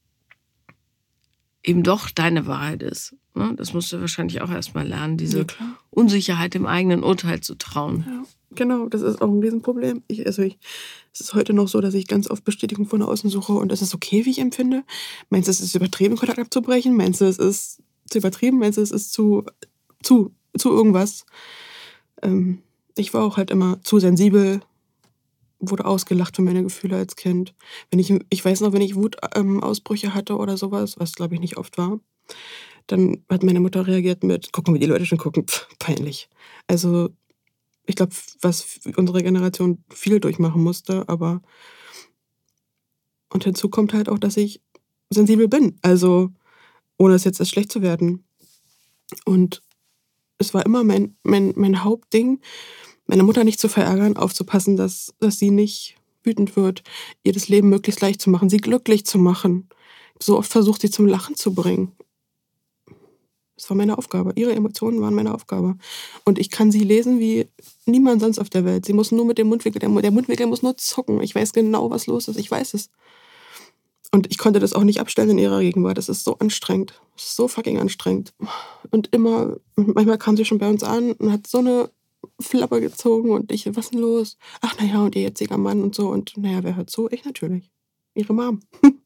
eben doch deine Wahrheit ist. Ne? Das musst du wahrscheinlich auch erstmal lernen, diese Ja, klar. Unsicherheit dem eigenen Urteil zu trauen. Ja, genau, das ist auch ein Riesenproblem. Ich, also ich, es ist heute noch so, dass ich ganz oft Bestätigung von außen suche und es ist okay, wie ich empfinde. Meinst du, es ist übertrieben, Kontakt abzubrechen? Meinst du, es ist zu übertrieben? Meinst du, es ist zu, zu, zu irgendwas? Ähm, ich war auch halt immer zu sensibel, wurde ausgelacht für meine Gefühle als Kind. Wenn ich, ich weiß noch, wenn ich Wutausbrüche hatte oder sowas, was glaube ich nicht oft war, dann hat meine Mutter reagiert mit, gucken, wie die Leute schon gucken, pff, peinlich. Also ich glaube, was unsere Generation viel durchmachen musste, aber und hinzu kommt halt auch, dass ich sensibel bin, also ohne es jetzt als schlecht zu werden. Und es war immer mein, mein, mein Hauptding, meine Mutter nicht zu verärgern, aufzupassen, dass, dass sie nicht wütend wird, ihr das Leben möglichst leicht zu machen, sie glücklich zu machen. So oft versucht, sie zum Lachen zu bringen. Das war meine Aufgabe. Ihre Emotionen waren meine Aufgabe. Und ich kann sie lesen wie niemand sonst auf der Welt. Sie muss nur mit dem Mundwinkel, der, der Mundwinkel muss nur zucken. Ich weiß genau, was los ist. Ich weiß es. Und ich konnte das auch nicht abstellen in ihrer Gegenwart. Das ist so anstrengend. Das ist so fucking anstrengend. Und immer, manchmal kam sie schon bei uns an und hat so eine Flappe gezogen und ich, was ist denn los? Ach, naja, und ihr jetziger Mann und so. Und naja, wer hört zu? Ich natürlich. Ihre Mom.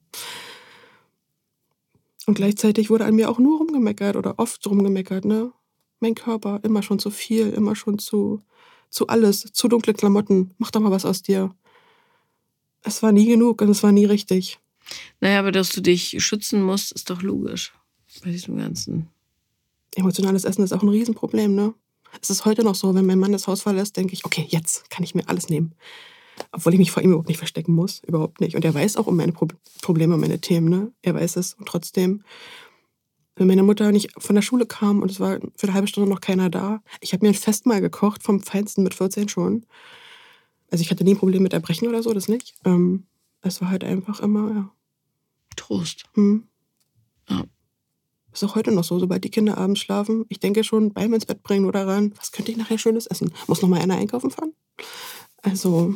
Und gleichzeitig wurde an mir auch nur rumgemeckert oder oft rumgemeckert, ne? Mein Körper, immer schon zu viel, immer schon zu, zu alles, zu dunkle Klamotten. Mach doch mal was aus dir. Es war nie genug und es war nie richtig. Naja, aber dass du dich schützen musst, ist doch logisch bei diesem Ganzen. Emotionales Essen ist auch ein Riesenproblem, ne? Es ist heute noch so, wenn mein Mann das Haus verlässt, denke ich, okay, jetzt kann ich mir alles nehmen. Obwohl ich mich vor ihm überhaupt nicht verstecken muss, überhaupt nicht. Und er weiß auch um meine Pro- Probleme, meine Themen, ne? Er weiß es. Und trotzdem, wenn meine Mutter nicht von der Schule kam und es war für eine halbe Stunde noch keiner da, ich habe mir ein Festmahl gekocht, vom Feinsten mit vierzehn schon. Also ich hatte nie ein Problem mit Erbrechen oder so, das nicht. Ähm, es war halt einfach immer, ja. Trost. Hm. Ja. Ist auch heute noch so, sobald die Kinder abends schlafen, ich denke schon beim ins Bett bringen oder ran, was könnte ich nachher Schönes essen? Muss noch mal einer einkaufen fahren? Also,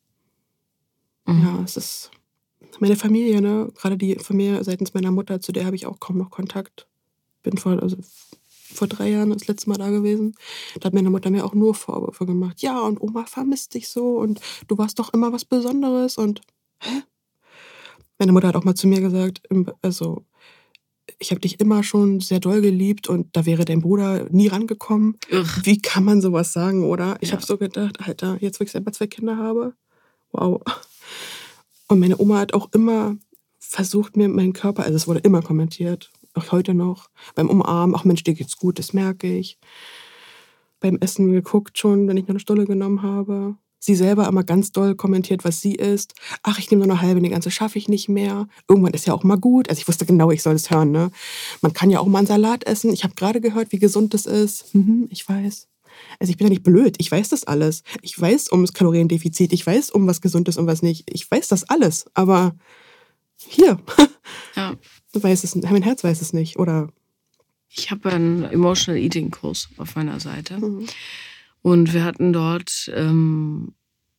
Mhm. ja, es ist meine Familie, ne? Gerade die Familie seitens meiner Mutter, zu der habe ich auch kaum noch Kontakt. Bin vor, also vor drei Jahren das letzte Mal da gewesen. Da hat meine Mutter mir auch nur Vorwürfe gemacht. Ja, und Oma vermisst dich so und du warst doch immer was Besonderes und hä? Meine Mutter hat auch mal zu mir gesagt, im- also ich habe dich immer schon sehr doll geliebt und da wäre dein Bruder nie rangekommen. Irr. Wie kann man sowas sagen, oder? Ich Ja. habe so gedacht, Alter, jetzt wo ich selber zwei Kinder habe, wow. Und meine Oma hat auch immer versucht, mir meinen Körper, also es wurde immer kommentiert, auch heute noch, beim Umarmen, ach Mensch, dir geht's gut, das merke ich. Beim Essen geguckt schon, wenn ich noch eine Stulle genommen habe. Sie selber immer ganz doll kommentiert, was sie isst. Ach, ich nehme nur eine halbe, eine ganze schaffe ich nicht mehr. Irgendwann ist ja auch mal gut. Also ich wusste genau, ich soll es hören. Ne? Man kann ja auch mal einen Salat essen. Ich habe gerade gehört, wie gesund das ist. Mhm, ich weiß. Also ich bin ja nicht blöd. Ich weiß das alles. Ich weiß ums Kaloriendefizit. Ich weiß, um was gesund ist und was nicht. Ich weiß das alles. Aber hier, Ja. du weißt es, mein Herz weiß es nicht. Oder Ich habe einen Emotional Eating Kurs auf meiner Seite. mhm. Und wir hatten dort, ähm,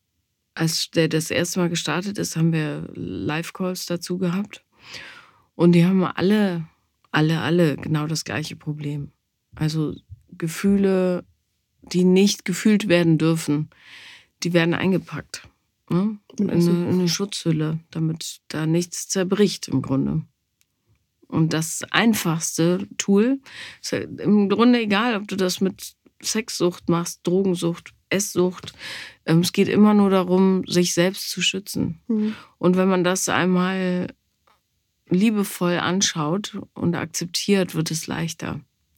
als der das erste Mal gestartet ist, haben wir Live-Calls dazu gehabt. Und die haben alle, alle, alle genau das gleiche Problem. Also Gefühle, die nicht gefühlt werden dürfen, die werden eingepackt. Ne? In, eine, in eine Schutzhülle, damit da nichts zerbricht im Grunde. Und das einfachste Tool ist ja im Grunde egal, ob du das mit Sexsucht machst, Drogensucht, Esssucht. Ähm, es geht immer nur darum, sich selbst zu schützen. Mhm. Und wenn man das einmal liebevoll anschaut und akzeptiert, wird es leichter.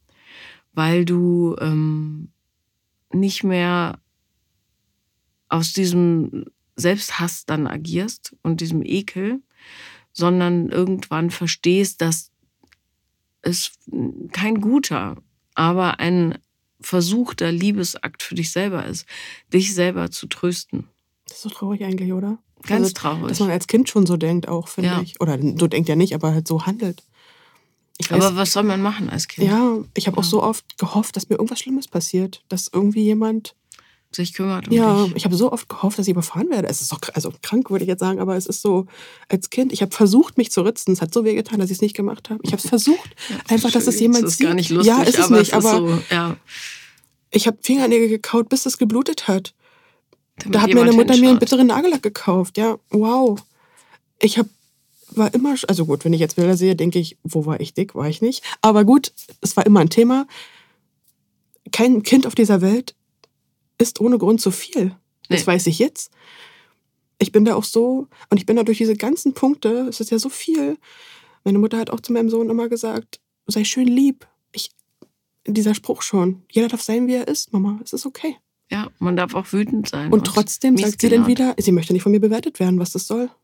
Weil du ähm, nicht mehr aus diesem Selbsthass dann agierst und diesem Ekel, sondern irgendwann verstehst, dass es kein guter, aber ein versuchter Liebesakt für dich selber ist, dich selber zu trösten. Das ist so traurig eigentlich, oder? Ganz also, traurig. Dass man als Kind schon so denkt auch, finde Ja. ich. Oder so denkt ja nicht, aber halt so handelt. Ich weiß, Aber was soll man machen als Kind? ja, ich habe Ja. auch so oft gehofft, dass mir irgendwas Schlimmes passiert. Dass irgendwie jemand Sich kümmert um Ja, dich. ich habe so oft gehofft, dass ich überfahren werde. Es ist doch also krank, würde ich jetzt sagen, aber es ist so, als Kind, ich habe versucht, mich zu ritzen. Es hat so wehgetan, dass ich es nicht gemacht habe. Ich habe es versucht, Ja, einfach, dass es jemand das ist sieht. gar nicht lustig, ja, ist es aber nicht, es ist aber so, ja, ich habe Fingernägel gekaut, bis es geblutet hat. damit Da hat meine jemand Mutter mir einen hinschaut. bitteren Nagellack gekauft. Ja, wow. Ich habe war immer, also gut, wenn ich jetzt Bilder sehe, denke ich, wo war ich dick? War ich nicht. Aber gut, es war immer ein Thema. Kein Kind auf dieser Welt ist ohne Grund so viel. Das Nee. weiß ich jetzt. Ich bin da auch so, und ich bin da durch diese ganzen Punkte, es ist ja so viel. Meine Mutter hat auch zu meinem Sohn immer gesagt, sei schön lieb. Ich, dieser Spruch schon, jeder darf sein, wie er ist, Mama, es ist okay. Ja, man darf auch wütend sein. Und trotzdem sagt sie dann miesgelaunt. wieder, sie möchte nicht von mir bewertet werden, was das soll.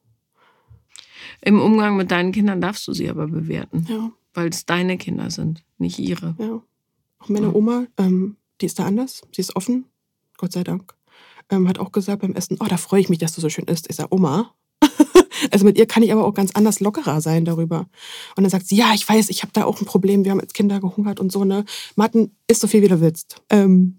Im Umgang mit deinen Kindern darfst du sie aber bewerten, Ja, weil es deine Kinder sind, nicht ihre. ja. Auch meine Ja. Oma, ähm, die ist da anders, sie ist offen, Gott sei Dank. Ähm, hat auch gesagt beim Essen, oh, da freue ich mich, dass du so schön isst. Ich sage, Oma. Also mit ihr kann ich aber auch ganz anders lockerer sein darüber. Und dann sagt sie, ja, ich weiß, ich habe da auch ein Problem, wir haben als Kinder gehungert und so, ne. Martin, isst so viel, wie du willst. Ähm,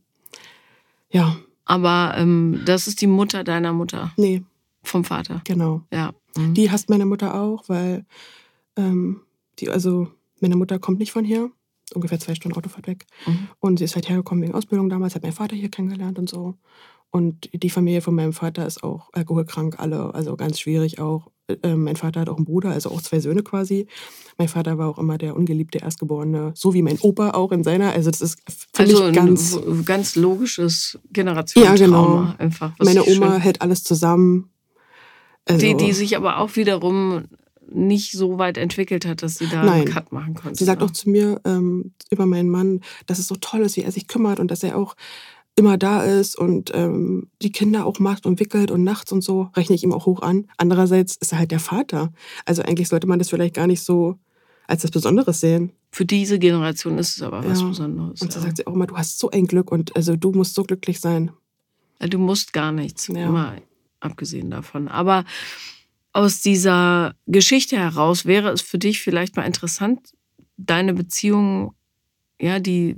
ja, Aber ähm, das ist die Mutter deiner Mutter, nee, vom Vater. genau. Ja. Mhm. Die hasst meine Mutter auch, weil ähm, die, also meine Mutter kommt nicht von hier, ungefähr zwei Stunden Autofahrt weg. Mhm. Und sie ist halt hergekommen wegen Ausbildung damals, hat mein Vater hier kennengelernt und so. Und die Familie von meinem Vater ist auch alkoholkrank, alle, also ganz schwierig auch. Äh, mein Vater hat auch einen Bruder, also auch zwei Söhne quasi. Mein Vater war auch immer der ungeliebte Erstgeborene, so wie mein Opa auch in seiner. Also das ist für Also mich ganz... ein w- ganz logisches Generationentrauma. Ja, genau. Einfach, was Meine ich Oma schön- hält alles zusammen. Also, die, die sich aber auch wiederum nicht so weit entwickelt hat, dass sie da Nein. einen Cut machen konnte. sie sagt ne? auch zu mir ähm, über meinen Mann, dass es so toll ist, wie er sich kümmert und dass er auch immer da ist und ähm, die Kinder auch macht und wickelt und nachts und so, rechne ich ihm auch hoch an. Andererseits ist er halt der Vater. Also eigentlich sollte man das vielleicht gar nicht so als das Besonderes sehen. Für diese Generation ist es aber was Ja. Besonderes. Und so ja. sagt sie auch immer, du hast so ein Glück und also du musst so glücklich sein. Ja, du musst gar nichts, Ja. mal abgesehen davon. Aber aus dieser Geschichte heraus wäre es für dich vielleicht mal interessant, deine Beziehung, ja, die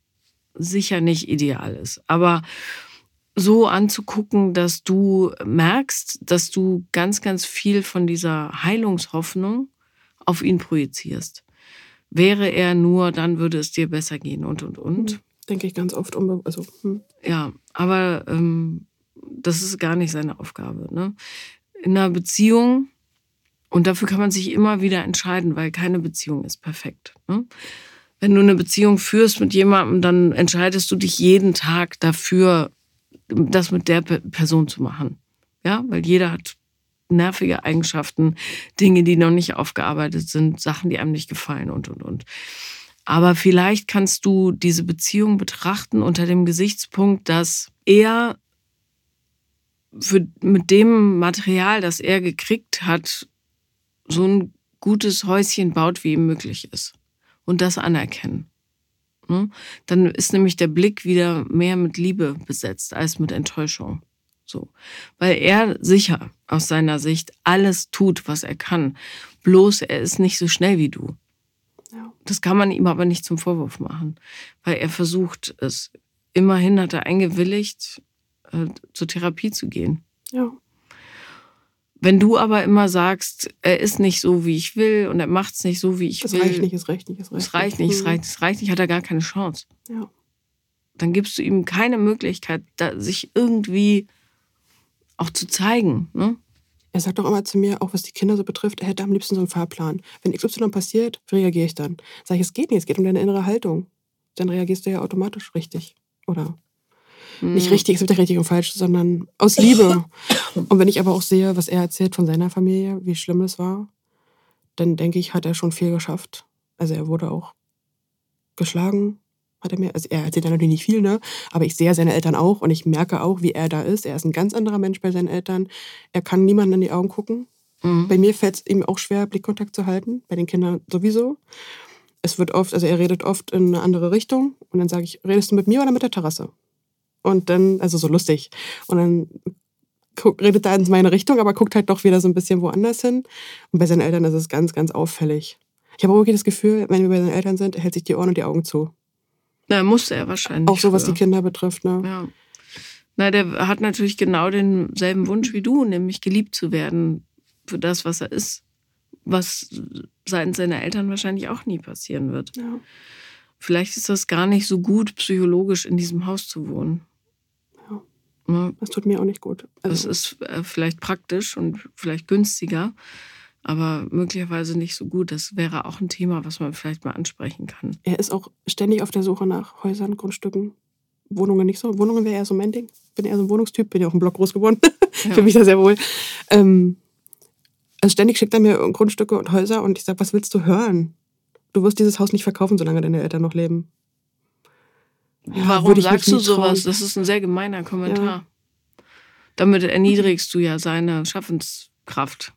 sicher nicht ideal ist, aber so anzugucken, dass du merkst, dass du ganz, ganz viel von dieser Heilungshoffnung auf ihn projizierst. Wäre er nur, dann würde es dir besser gehen und, und, und. Hm, denke ich ganz oft. Unbe also, hm. Ja, aber ähm, das ist gar nicht seine Aufgabe. Ne? In einer Beziehung, und dafür kann man sich immer wieder entscheiden, weil keine Beziehung ist perfekt. Ne? Wenn du eine Beziehung führst mit jemandem, dann entscheidest du dich jeden Tag dafür, das mit der Pe- Person zu machen. Ja, weil jeder hat nervige Eigenschaften, Dinge, die noch nicht aufgearbeitet sind, Sachen, die einem nicht gefallen und, und, und. Aber vielleicht kannst du diese Beziehung betrachten unter dem Gesichtspunkt, dass er für, mit dem Material, das er gekriegt hat, so ein gutes Häuschen baut, wie ihm möglich ist. Und das anerkennen. Ne? Dann ist nämlich der Blick wieder mehr mit Liebe besetzt als mit Enttäuschung. So. Weil er sicher aus seiner Sicht alles tut, was er kann. Bloß er ist nicht so schnell wie du. Ja. Das kann man ihm aber nicht zum Vorwurf machen, weil er versucht es. Immerhin hat er eingewilligt, äh, zur Therapie zu gehen. Ja. Wenn du aber immer sagst, er ist nicht so, wie ich will und er macht es nicht so, wie ich Es will. reicht nicht, es reicht nicht, es reicht Es reicht nicht, es Hm. reicht, es reicht nicht, hat er gar keine Chance. Ja. Dann gibst du ihm keine Möglichkeit, da, sich irgendwie auch zu zeigen. Ne? Er sagt doch immer zu mir, auch was die Kinder so betrifft, er hätte am liebsten so einen Fahrplan. Wenn X Y passiert, wie reagiere ich dann? Sag ich, es geht nicht, es geht um deine innere Haltung. Dann reagierst du ja automatisch richtig. Oder nicht richtig, es wird nicht richtig und falsch, sondern aus Liebe. Und wenn ich aber auch sehe, was er erzählt von seiner Familie, wie schlimm es war, dann denke ich, hat er schon viel geschafft. Also er wurde auch geschlagen, hat er mir, also er erzählt ja natürlich nicht viel, ne? Aber ich sehe seine Eltern auch und ich merke auch, wie er da ist. Er ist ein ganz anderer Mensch bei seinen Eltern. Er kann niemandem in die Augen gucken. Mhm. Bei mir fällt es ihm auch schwer, Blickkontakt zu halten, bei den Kindern sowieso. Es wird oft, also er redet oft in eine andere Richtung und dann sage ich, redest du mit mir oder mit der Terrasse? Und dann, also so lustig. Und dann guck, redet er in meine Richtung, aber guckt halt doch wieder so ein bisschen woanders hin. Und bei seinen Eltern ist es ganz, ganz auffällig. Ich habe auch wirklich das Gefühl, wenn wir bei seinen Eltern sind, er hält sich die Ohren und die Augen zu. Na, musste er wahrscheinlich. Auch so, was früher. die Kinder betrifft, ne? Ja. Na, der hat natürlich genau denselben Wunsch wie du, nämlich geliebt zu werden für das, was er ist. Was seitens seiner Eltern wahrscheinlich auch nie passieren wird. Ja. Vielleicht ist das gar nicht so gut, psychologisch in diesem Haus zu wohnen. Ja. Ja. Das tut mir auch nicht gut. Also das ist äh, vielleicht praktisch und vielleicht günstiger, aber möglicherweise nicht so gut. Das wäre auch ein Thema, was man vielleicht mal ansprechen kann. Er ist auch ständig auf der Suche nach Häusern, Grundstücken, Wohnungen nicht so. Wohnungen wäre eher so mein Ding. Bin eher so ein Wohnungstyp, bin ja auch im Block groß geworden. Ja. Fühle mich da sehr wohl. Ähm, also ständig schickt er mir Grundstücke und Häuser und ich sage, was willst du hören? Du wirst dieses Haus nicht verkaufen, solange deine Eltern noch leben. Ja, warum sagst du sowas? Das ist ein sehr gemeiner Kommentar. Ja. Damit erniedrigst du ja seine Schaffenskraft.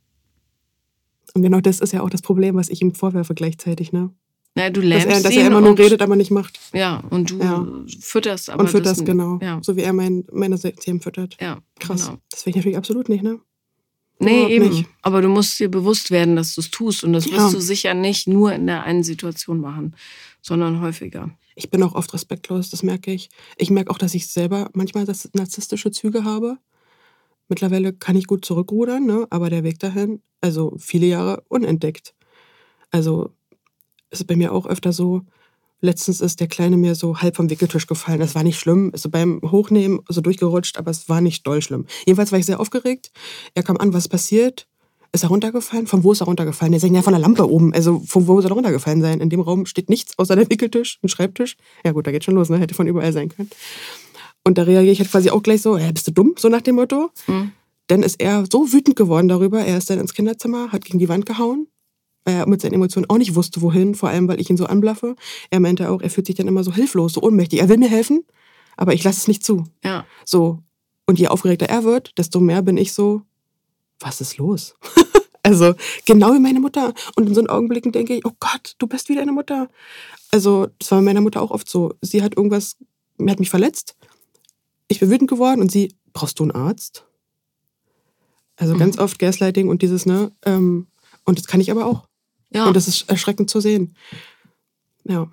Und genau das ist ja auch das Problem, was ich ihm vorwerfe gleichzeitig, ne? Ja, du lähmst dass er, dass er immer nur redet, aber nicht macht. Ja, und du ja. fütterst aber Und fütterst, das, genau. Ja. So wie er mein, meine Themen füttert. Ja, krass. Genau. Das will ich natürlich absolut nicht, ne? Nee, Überhaupt eben. Nicht. Aber du musst dir bewusst werden, dass du es tust. Und das wirst Ja. du sicher nicht nur in der einen Situation machen, sondern häufiger. Ich bin auch oft respektlos, das merke ich. Ich merke auch, dass ich selber manchmal das narzisstische Züge habe. Mittlerweile kann ich gut zurückrudern, ne? Aber der Weg dahin, also viele Jahre unentdeckt. Also es ist bei mir auch öfter so, letztens ist der Kleine mir so halb vom Wickeltisch gefallen. Das war nicht schlimm, ist so beim Hochnehmen so durchgerutscht, aber es war nicht doll schlimm. Jedenfalls war ich sehr aufgeregt. Er kam an, was ist passiert? Ist er runtergefallen? Von wo ist er runtergefallen? Der sagt, ja, von der Lampe oben. Also von wo soll er runtergefallen sein? In dem Raum steht nichts außer der Wickeltisch, ein Schreibtisch. Ja gut, da geht schon los, ne? Hätte von überall sein können. Und da reagiere ich halt quasi auch gleich so, hey, bist du dumm? So nach dem Motto. Mhm. Dann ist er so wütend geworden darüber. Er ist dann ins Kinderzimmer, hat gegen die Wand gehauen. Weil er mit seinen Emotionen auch nicht wusste, wohin, vor allem, weil ich ihn so anblaffe. Er meinte auch, er fühlt sich dann immer so hilflos, so ohnmächtig. Er will mir helfen, aber ich lasse es nicht zu. Ja. So. Und je aufgeregter er wird, desto mehr bin ich so, was ist los? Also, genau wie meine Mutter. Und in so einen Augenblicken denke ich, oh Gott, du bist wie deine Mutter. Also, das war bei meiner Mutter auch oft so. Sie hat irgendwas, hat mich verletzt. Ich bin wütend geworden und sie, brauchst du einen Arzt? Also mhm. ganz oft Gaslighting und dieses, ne, ähm, und das kann ich aber auch. Ja. Und das ist erschreckend zu sehen. Ja.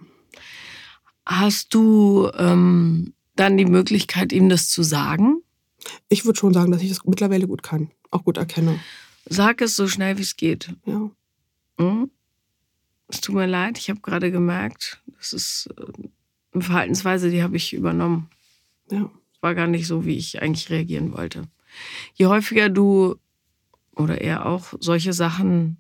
Hast du ähm, dann die Möglichkeit, ihm das zu sagen? Ich würde schon sagen, dass ich das mittlerweile gut kann, auch gut erkenne. Sag es so schnell, wie es geht. Ja. Mhm. Es tut mir leid, ich habe gerade gemerkt, das ist eine Verhaltensweise, die habe ich übernommen. Ja. War gar nicht so, wie ich eigentlich reagieren wollte. Je häufiger du oder er auch solche Sachen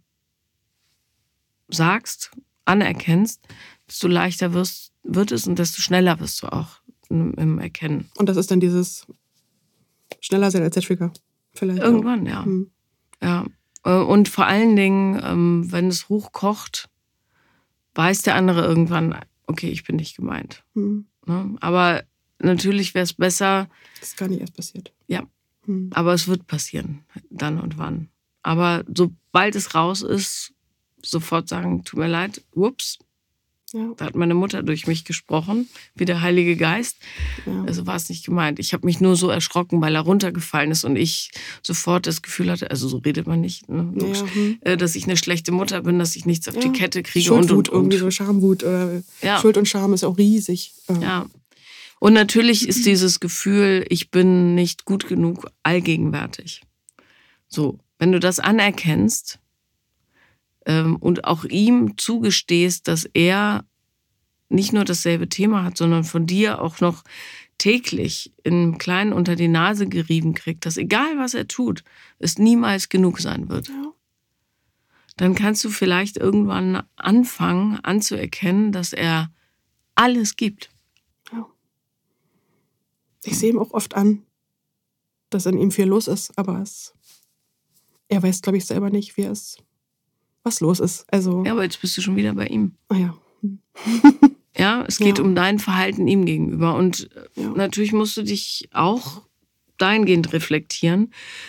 sagst, anerkennst, desto leichter wirst, wird es und desto schneller wirst du auch im, im Erkennen. Und das ist dann dieses schneller sein als der Trigger. Vielleicht Irgendwann, auch. ja. Hm. ja. Und vor allen Dingen, wenn es hochkocht, weiß der andere irgendwann, okay, ich bin nicht gemeint. Hm. Aber natürlich wäre es besser. Das ist gar nicht erst passiert. Ja, hm. aber es wird passieren, dann und wann. Aber sobald es raus ist, sofort sagen, tut mir leid, ups, ja. da hat meine Mutter durch mich gesprochen, wie der Heilige Geist. Ja. Also war es nicht gemeint. Ich habe mich nur so erschrocken, weil er runtergefallen ist und ich sofort das Gefühl hatte, also so redet man nicht, ne, ja, hm. dass ich eine schlechte Mutter bin, dass ich nichts auf ja. die Kette kriege. Schuldwut, und, und, und. irgendwie so Schamwut. Oder ja. Schuld und Scham ist auch riesig. Ja. Und natürlich ist dieses Gefühl, ich bin nicht gut genug, allgegenwärtig. So, wenn du das anerkennst ähm, und auch ihm zugestehst, dass er nicht nur dasselbe Thema hat, sondern von dir auch noch täglich im Kleinen unter die Nase gerieben kriegt, dass egal was er tut, es niemals genug sein wird. Ja. Dann kannst du vielleicht irgendwann anfangen anzuerkennen, dass er alles gibt. Ja. Ich sehe ihm auch oft an, dass in ihm viel los ist, aber es, er weiß, glaube ich, selber nicht, wie es, was los ist. Also, ja, aber jetzt bist du schon wieder bei ihm. Ah ja. Ja, es geht ja. um dein Verhalten ihm gegenüber. Und ja. natürlich musst du dich auch dahingehend reflektieren.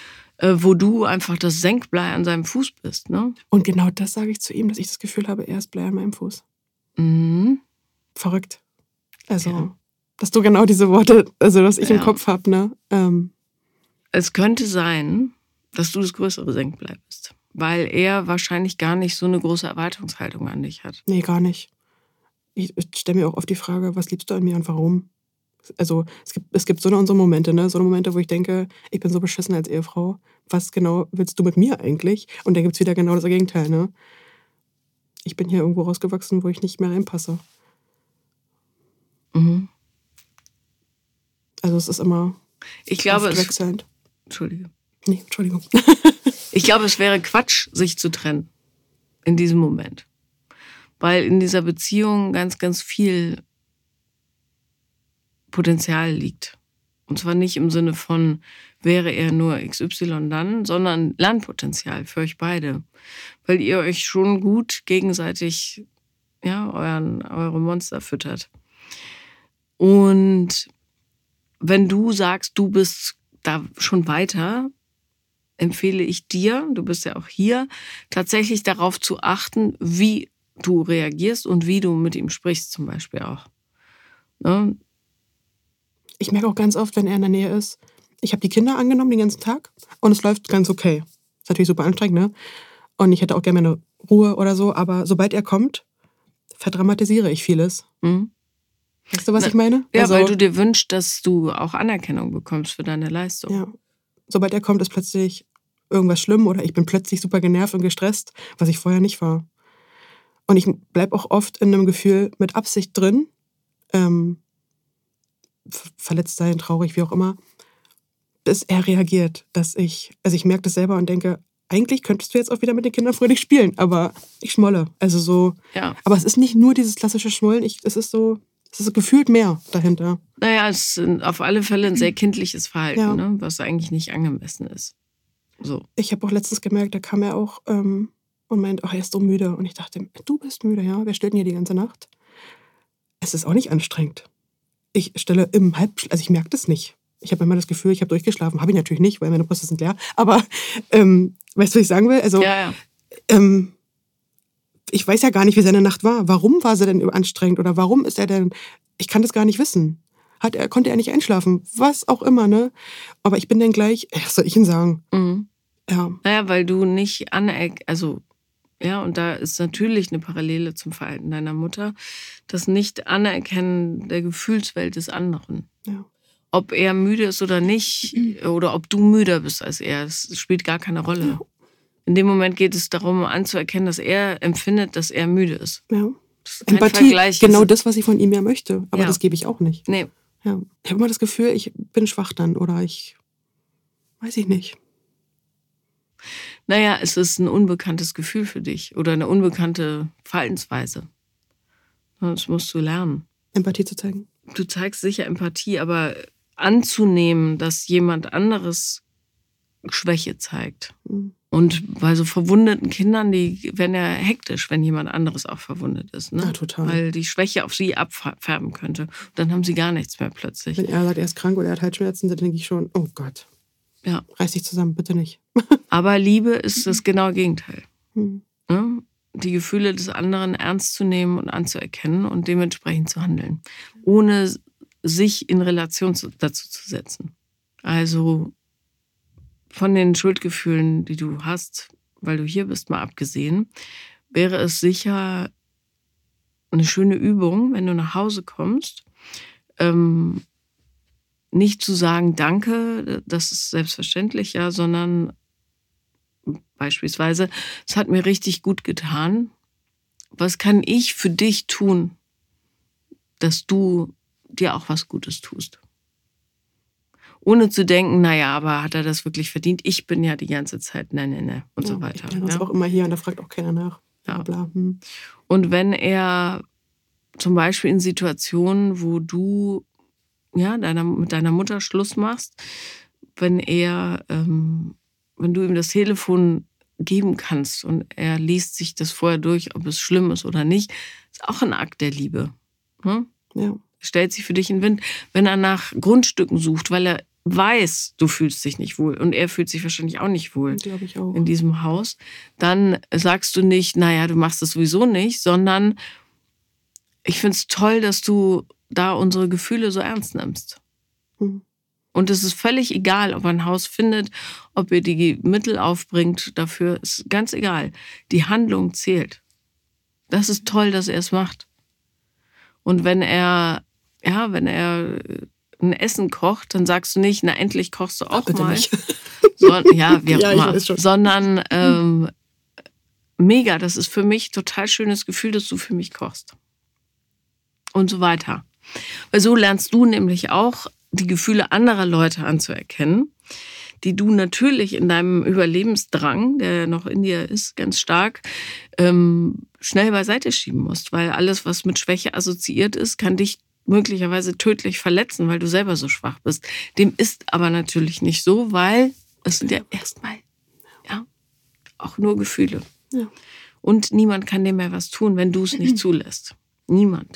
äh, wo du einfach das Senkblei an seinem Fuß bist. Ne? Und genau das sage ich zu ihm, dass ich das Gefühl habe, er ist Blei an meinem Fuß. Mhm. Verrückt. Also, Ja. dass du genau diese Worte, also was ich Ja. im Kopf habe, ne? Ähm, Es könnte sein, dass du das größere Senkblei bist, weil er wahrscheinlich gar nicht so eine große Erwartungshaltung an dich hat. nee, gar nicht. Ich, ich stelle mir auch oft die Frage, was liebst du an mir und warum? Also es gibt, es gibt so eine unsere Momente, ne? So eine Momente, wo ich denke, ich bin so beschissen als Ehefrau. Was genau willst du mit mir eigentlich? Und dann gibt es wieder genau das Gegenteil, ne? Ich bin hier irgendwo rausgewachsen, wo ich nicht mehr reinpasse. Mhm. Also es ist immer Ich glaube, oft es, wechselnd. Entschuldige. Nee, Entschuldigung. Ich glaube, es wäre Quatsch, sich zu trennen in diesem Moment. Weil in dieser Beziehung ganz, ganz viel Potenzial liegt. Und zwar nicht im Sinne von, wäre er nur X Y dann, sondern Lernpotenzial für euch beide. Weil ihr euch schon gut gegenseitig, ja, euren, eure Monster füttert. Und wenn du sagst, du bist da schon weiter, empfehle ich dir, du bist ja auch hier, tatsächlich darauf zu achten, wie du reagierst und wie du mit ihm sprichst zum Beispiel auch. Ne? Ich merke auch ganz oft, wenn er in der Nähe ist, ich habe die Kinder angenommen den ganzen Tag und es läuft ganz okay. Ist natürlich super anstrengend, ne? Und ich hätte auch gerne meine Ruhe oder so, aber sobald er kommt, verdramatisiere ich vieles. Mhm. Weißt du, was Na, ich meine? Ja, Also, weil du dir wünschst, dass du auch Anerkennung bekommst für deine Leistung. ja, sobald er kommt, ist plötzlich irgendwas schlimm oder ich bin plötzlich super genervt und gestresst, was ich vorher nicht war. Und ich bleibe auch oft in einem Gefühl mit Absicht drin, ähm, verletzt sein, traurig, wie auch immer, bis er reagiert, dass ich, also ich merke das selber und denke, eigentlich könntest du jetzt auch wieder mit den Kindern fröhlich spielen, aber ich schmolle. Also so, Ja. aber es ist nicht nur dieses klassische Schmollen, ich, es ist so, es ist gefühlt mehr dahinter. Naja, es ist auf alle Fälle ein sehr kindliches Verhalten, Ja. ne? Was eigentlich nicht angemessen ist. So. Ich habe auch letztens gemerkt, da kam er auch ähm, und meint, ach, er ist so müde. Und ich dachte, du bist müde, ja? Wer stellt denn hier die ganze Nacht? Es ist auch nicht anstrengend. Ich stelle im Halb, also ich merke das nicht. Ich habe immer das Gefühl, ich habe durchgeschlafen. Habe ich natürlich nicht, weil meine Brüste sind leer. Aber ähm, weißt du, was ich sagen will? Also Ja, ja. ähm, ich weiß ja gar nicht, wie seine Nacht war. Warum war sie denn anstrengend? Oder warum ist er denn, ich kann das gar nicht wissen. Hat er, konnte er nicht einschlafen? Was auch immer, ne? Aber ich bin dann gleich, was soll ich Ihnen sagen? Mhm. Ja, Naja, weil du nicht aneck, also ja, und da ist natürlich eine Parallele zum Verhalten deiner Mutter, das Nicht-Anerkennen der Gefühlswelt des anderen. ja. Ob er müde ist oder nicht, oder ob du müder bist als er, das spielt gar keine Rolle. Ja. In dem Moment geht es darum, anzuerkennen, dass er empfindet, dass er müde ist. Ja. Das ist kein Empathie, Vergleich. genau Das ist- das, was ich von ihm ja möchte. Aber Ja. das gebe ich auch nicht. Nee, Ja. Ich habe immer das Gefühl, ich bin schwach dann oder ich, weiß ich nicht. naja, es ist ein unbekanntes Gefühl für dich oder eine unbekannte Verhaltensweise. Das musst du lernen. Empathie zu zeigen. Du zeigst sicher Empathie, aber anzunehmen, dass jemand anderes Schwäche zeigt. Mhm. Und bei so verwundeten Kindern, die werden ja hektisch, wenn jemand anderes auch verwundet ist. Ne? Ja, total. Weil die Schwäche auf sie abfärben könnte. Und dann haben sie gar nichts mehr plötzlich. Wenn er sagt, er ist krank oder er hat Halsschmerzen, dann denke ich schon, oh Gott, Ja. reiß dich zusammen, bitte nicht. Aber Liebe ist das genaue Gegenteil. Hm. Ne? Die Gefühle des anderen ernst zu nehmen und anzuerkennen und dementsprechend zu handeln. Ohne sich in Relation zu, dazu zu setzen. Also von den Schuldgefühlen, die du hast, weil du hier bist, mal abgesehen, wäre es sicher eine schöne Übung, wenn du nach Hause kommst, ähm, nicht zu sagen, danke, das ist selbstverständlich, ja, sondern beispielsweise, es hat mir richtig gut getan. Was kann ich für dich tun, dass du dir auch was Gutes tust? Ohne zu denken, naja, aber hat er das wirklich verdient? Ich bin ja die ganze Zeit ne, ne, ne und so Ja, weiter. Ich bin Ja? auch immer hier und da fragt auch keiner nach. Ja. Bla, bla. Hm. Und wenn er zum Beispiel in Situationen, wo du ja, deiner, mit deiner Mutter Schluss machst, wenn er, ähm, wenn du ihm das Telefon geben kannst und er liest sich das vorher durch, ob es schlimm ist oder nicht, ist auch ein Akt der Liebe. Hm? Ja. Stellt sich für dich in den Wind, wenn er nach Grundstücken sucht, weil er weiß, du fühlst dich nicht wohl und er fühlt sich wahrscheinlich auch nicht wohl Glaube ich auch. in diesem Haus, dann sagst du nicht, naja, du machst das sowieso nicht, sondern ich finde es toll, dass du da unsere Gefühle so ernst nimmst. Mhm. Und es ist völlig egal, ob er ein Haus findet, ob er die Mittel aufbringt, dafür ist ganz egal. Die Handlung zählt. Das ist toll, dass er es macht. Und wenn er, ja, wenn er ein Essen kocht, dann sagst du nicht, na endlich kochst du auch Ach, bitte mal. nicht. So, ja, wie auch Ja, ich immer. weiß schon. Sondern ähm, mega, das ist für mich ein total schönes Gefühl, dass du für mich kochst. Und so weiter. Weil so lernst du nämlich auch die Gefühle anderer Leute anzuerkennen, die du natürlich in deinem Überlebensdrang, der noch in dir ist, ganz stark, ähm, schnell beiseite schieben musst. Weil alles, was mit Schwäche assoziiert ist, kann dich möglicherweise tödlich verletzen, weil du selber so schwach bist. Dem ist aber natürlich nicht so, weil es sind ja erstmal ja, auch nur Gefühle. Ja. Und niemand kann dir mehr was tun, wenn du es nicht zulässt. Niemand.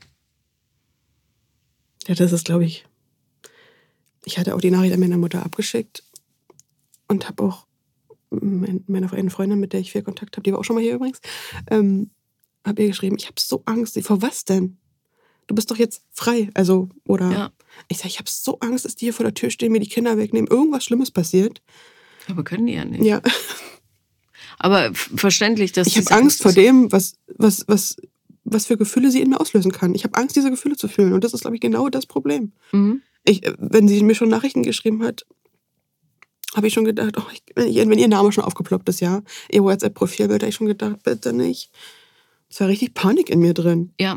Ja, das ist, glaube ich, ich hatte auch die Nachricht an meine Mutter abgeschickt und habe auch meiner einen Freundin, mit der ich viel Kontakt habe, die war auch schon mal hier übrigens, ähm, habe ihr geschrieben, ich habe so Angst. Vor was denn? Du bist doch jetzt frei. Also, oder Ja. ich sage, ich habe so Angst, dass die hier vor der Tür stehen, mir die Kinder wegnehmen, irgendwas Schlimmes passiert. Aber können die ja nicht. Ja. Aber f- verständlich, dass Ich habe das Angst vor ist. dem, was, was, was, was für Gefühle sie in mir auslösen kann. Ich habe Angst, diese Gefühle zu fühlen. Und das ist, glaube ich, genau das Problem. Mhm. Ich, wenn sie mir schon Nachrichten geschrieben hat, habe ich schon gedacht, oh, ich, wenn, ich, wenn ihr Name schon aufgeploppt ist, ja, ihr WhatsApp-Profilbild, habe ich schon gedacht, bitte nicht. Es war richtig Panik in mir drin. Ja.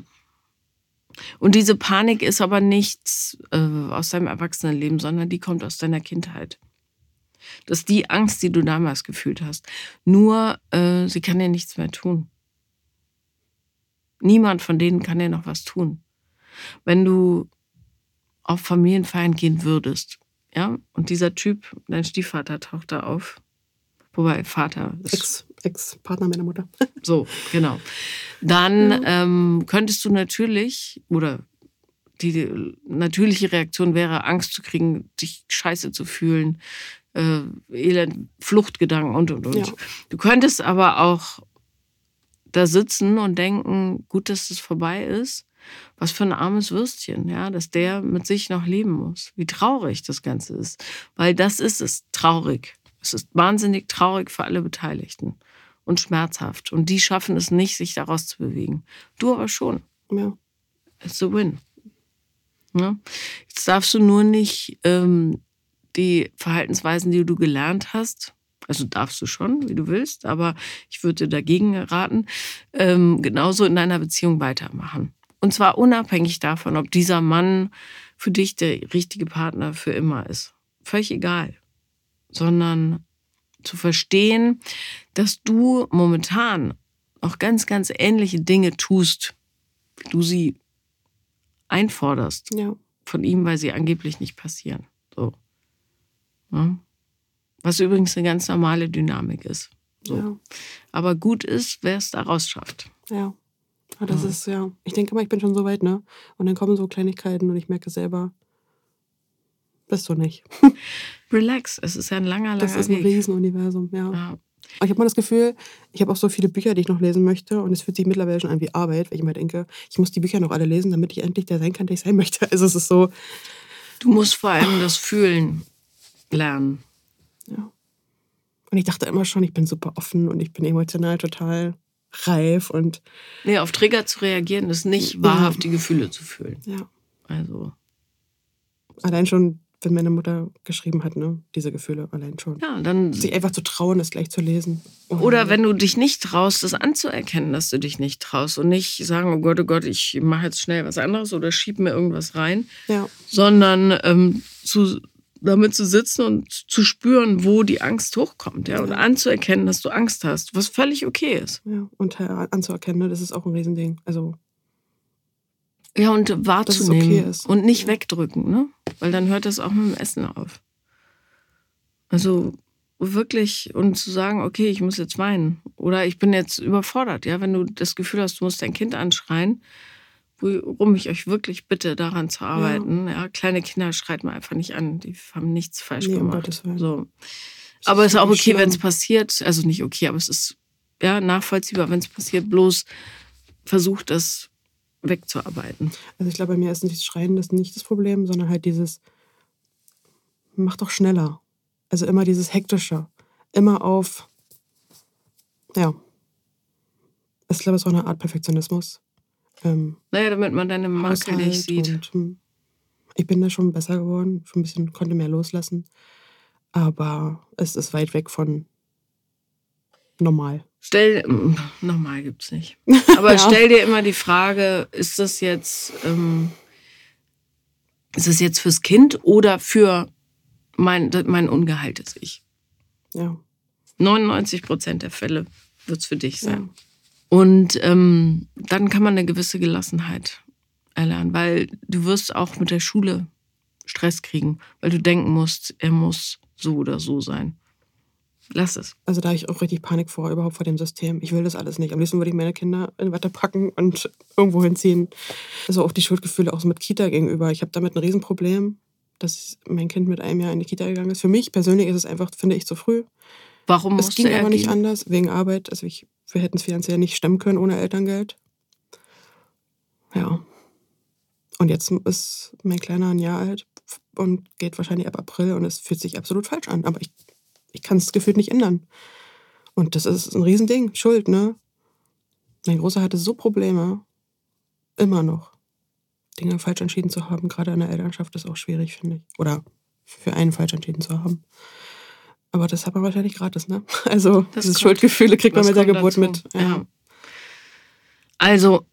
Und diese Panik ist aber nichts äh, aus deinem Erwachsenenleben, sondern die kommt aus deiner Kindheit. Das ist die Angst, die du damals gefühlt hast. Nur, äh, sie kann dir nichts mehr tun. Niemand von denen kann dir noch was tun. Wenn du auf Familienfeiern gehen würdest, ja, und dieser Typ, dein Stiefvater, taucht da auf. Wobei Vater ist Ex, Ex-Partner meiner Mutter. so, genau. Dann Ja. ähm, könntest du natürlich, oder die natürliche Reaktion wäre, Angst zu kriegen, dich scheiße zu fühlen, äh, Elend, Fluchtgedanken und, und, und. Ja. Du könntest aber auch da sitzen und denken, gut, dass es vorbei ist. Was für ein armes Würstchen, ja, dass der mit sich noch leben muss. Wie traurig das Ganze ist. Weil das ist es, traurig. Es ist wahnsinnig traurig für alle Beteiligten und schmerzhaft. Und die schaffen es nicht, sich daraus zu bewegen. Du aber schon. Ja. It's a win. Ja? Jetzt darfst du nur nicht ähm, die Verhaltensweisen, die du gelernt hast, also darfst du schon, wie du willst, aber ich würde dir dagegen raten, ähm, genauso in deiner Beziehung weitermachen. Und zwar unabhängig davon, ob dieser Mann für dich der richtige Partner für immer ist. Völlig egal. Sondern zu verstehen, dass du momentan auch ganz, ganz ähnliche Dinge tust, wie du sie einforderst Ja. von ihm, weil sie angeblich nicht passieren. So. Ja. Was übrigens eine ganz normale Dynamik ist. So. Ja. Aber gut ist, wer es daraus schafft. Ja. Aber das Ja. ist, ja. Ich denke immer, ich bin schon so weit, ne? Und dann kommen so Kleinigkeiten und ich merke selber, bist du nicht. Relax, es ist ja ein langer, langer Das ist ein Weg. Riesenuniversum, ja. Ja. Aber ich habe mal das Gefühl, ich habe auch so viele Bücher, die ich noch lesen möchte. Und es fühlt sich mittlerweile schon an wie Arbeit, weil ich immer denke, ich muss die Bücher noch alle lesen, damit ich endlich der sein kann, der ich sein möchte. Also es ist so, Du musst vor allem das Fühlen lernen. ja. Und ich dachte immer schon, ich bin super offen und ich bin emotional total reif und Nee, auf Trigger zu reagieren, ist nicht Ja. wahrhaft die Gefühle zu fühlen. ja. Also, Allein schon, wenn meine Mutter geschrieben hat, ne, diese Gefühle allein schon. ja, dann. Sich einfach zu trauen, das gleich zu lesen. Oder wenn du dich nicht traust, das anzuerkennen, dass du dich nicht traust und nicht sagen, oh Gott, oh Gott, ich mache jetzt schnell was anderes oder schieb mir irgendwas rein, Ja, sondern ähm, zu, damit zu sitzen und zu spüren, wo die Angst hochkommt, ja, und Ja. anzuerkennen, dass du Angst hast, was völlig okay ist. ja. Und äh, anzuerkennen, ne, das ist auch ein Riesending. Also, Ja, und wahrzunehmen okay ist. und nicht Ja. wegdrücken, ne? Weil dann hört das auch mit dem Essen auf. Also wirklich und zu sagen, okay, ich muss jetzt weinen oder ich bin jetzt überfordert, ja, wenn du das Gefühl hast, du musst dein Kind anschreien worum ich euch wirklich bitte, daran zu arbeiten. Ja. Ja, kleine Kinder schreit man einfach nicht an. Die haben nichts falsch Nee, um gemacht. Gottes Willen. So. Das Aber es ist auch wirklich okay, wenn es schlimm. passiert. Also nicht okay, aber es ist ja nachvollziehbar, wenn es passiert. Bloß versucht es wegzuarbeiten. Also ich glaube, bei mir ist nicht das Schreien das nicht das Problem, sondern halt dieses, mach doch schneller. Also immer dieses Hektische. Immer auf, ja. Ich glaube, es ist auch eine Art Perfektionismus. Ähm, Naja, damit man deine Makel nicht sieht. Und, hm, ich bin da schon besser geworden, schon ein bisschen, konnte mehr loslassen. Aber es ist weit weg von normal. Stell, ähm, normal gibt's nicht. Aber Ja. stell dir immer die Frage, ist das jetzt, ähm, ist das jetzt fürs Kind oder für mein, mein ungeheiltes Ich? Ja. neunundneunzig Prozent der Fälle wird's für dich sein. Ja. Und ähm, dann kann man eine gewisse Gelassenheit erlernen, weil du wirst auch mit der Schule Stress kriegen, weil du denken musst, er muss so oder so sein. Lass es. Also da habe ich auch richtig Panik vor, überhaupt vor dem System. Ich will das alles nicht. Am liebsten würde ich meine Kinder in Watte packen und irgendwo hinziehen. Also auch die Schuldgefühle auch so mit Kita gegenüber. Ich habe damit ein Riesenproblem, dass mein Kind mit einem Jahr in die Kita gegangen ist. Für mich persönlich ist es einfach, finde ich, zu früh. Warum Es musste ging er aber nicht gehen? anders, wegen Arbeit. Also ich, wir hätten es finanziell nicht stemmen können ohne Elterngeld. Ja. Und jetzt ist mein Kleiner ein Jahr alt und geht wahrscheinlich ab April und es fühlt sich absolut falsch an. Aber ich, ich kann es gefühlt nicht ändern. Und das ist ein Riesending. Schuld, ne? Mein Großer hatte so Probleme. Immer noch. Dinge falsch entschieden zu haben, gerade in der Elternschaft, ist auch schwierig, finde ich. Oder für einen falsch entschieden zu haben. Aber das hat man wahrscheinlich gratis, ne? Also Das diese kommt- Schuldgefühle kriegt man das mit der kommt Geburt dazu. mit. Ja. Also,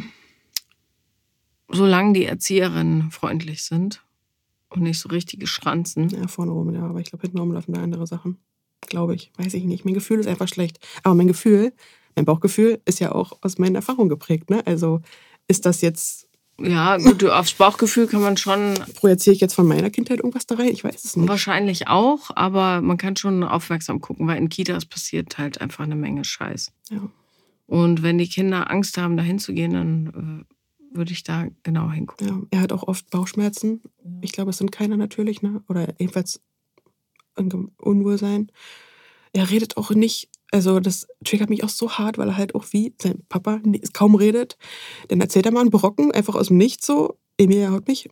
solange die Erzieherinnen freundlich sind und nicht so richtige Schranzen, Ja, vorne rum, ja. Aber ich glaube, hinten rum laufen da andere Sachen. Glaube ich. Weiß ich nicht. Mein Gefühl ist einfach schlecht. Aber mein Gefühl, mein Bauchgefühl ist ja auch aus meinen Erfahrungen geprägt, ne? Also ist das jetzt, ja, gut, du, aufs Bauchgefühl kann man schon projiziere ich jetzt von meiner Kindheit irgendwas da rein? Ich weiß es nicht. wahrscheinlich auch, aber man kann schon aufmerksam gucken, weil in Kitas passiert halt einfach eine Menge Scheiß. Ja. Und wenn die Kinder Angst haben, da hinzugehen, dann äh, würde ich da genau hingucken. Ja, er hat auch oft Bauchschmerzen. Ich glaube, es sind keine natürlich, ne? Oder jedenfalls ein Unwohlsein. Er redet auch nicht, also das triggert mich auch so hart, weil er halt auch wie sein Papa kaum redet. Dann erzählt er mal einen Brocken, einfach aus dem Nichts so. Emilia haut mich.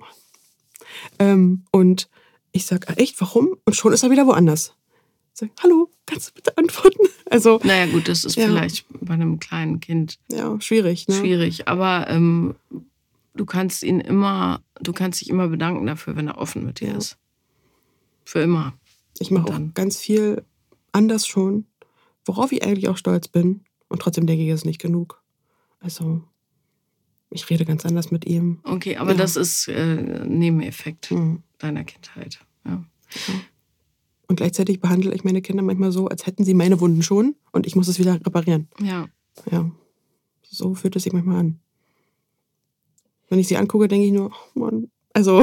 Ähm, und ich sag, ah, echt, warum? Und schon ist er wieder woanders. Ich sag, hallo, kannst du bitte antworten? Also, Naja gut, das ist Ja. vielleicht bei einem kleinen Kind ja, schwierig, ne? schwierig, aber ähm, du kannst ihn immer, du kannst dich immer bedanken dafür, wenn er offen mit dir Ja. ist. Für immer. Ich mache Und auch dann- ganz viel anders schon, worauf ich eigentlich auch stolz bin. Und trotzdem denke ich, es ist nicht genug. Also, ich rede ganz anders mit ihm. Okay, aber Ja. das ist äh, ein Nebeneffekt Mhm. deiner Kindheit. Ja. Und gleichzeitig behandle ich meine Kinder manchmal so, als hätten sie meine Wunden schon und ich muss es wieder reparieren. Ja. Ja, so fühlt es sich manchmal an. Wenn ich sie angucke, denke ich nur, oh Mann, also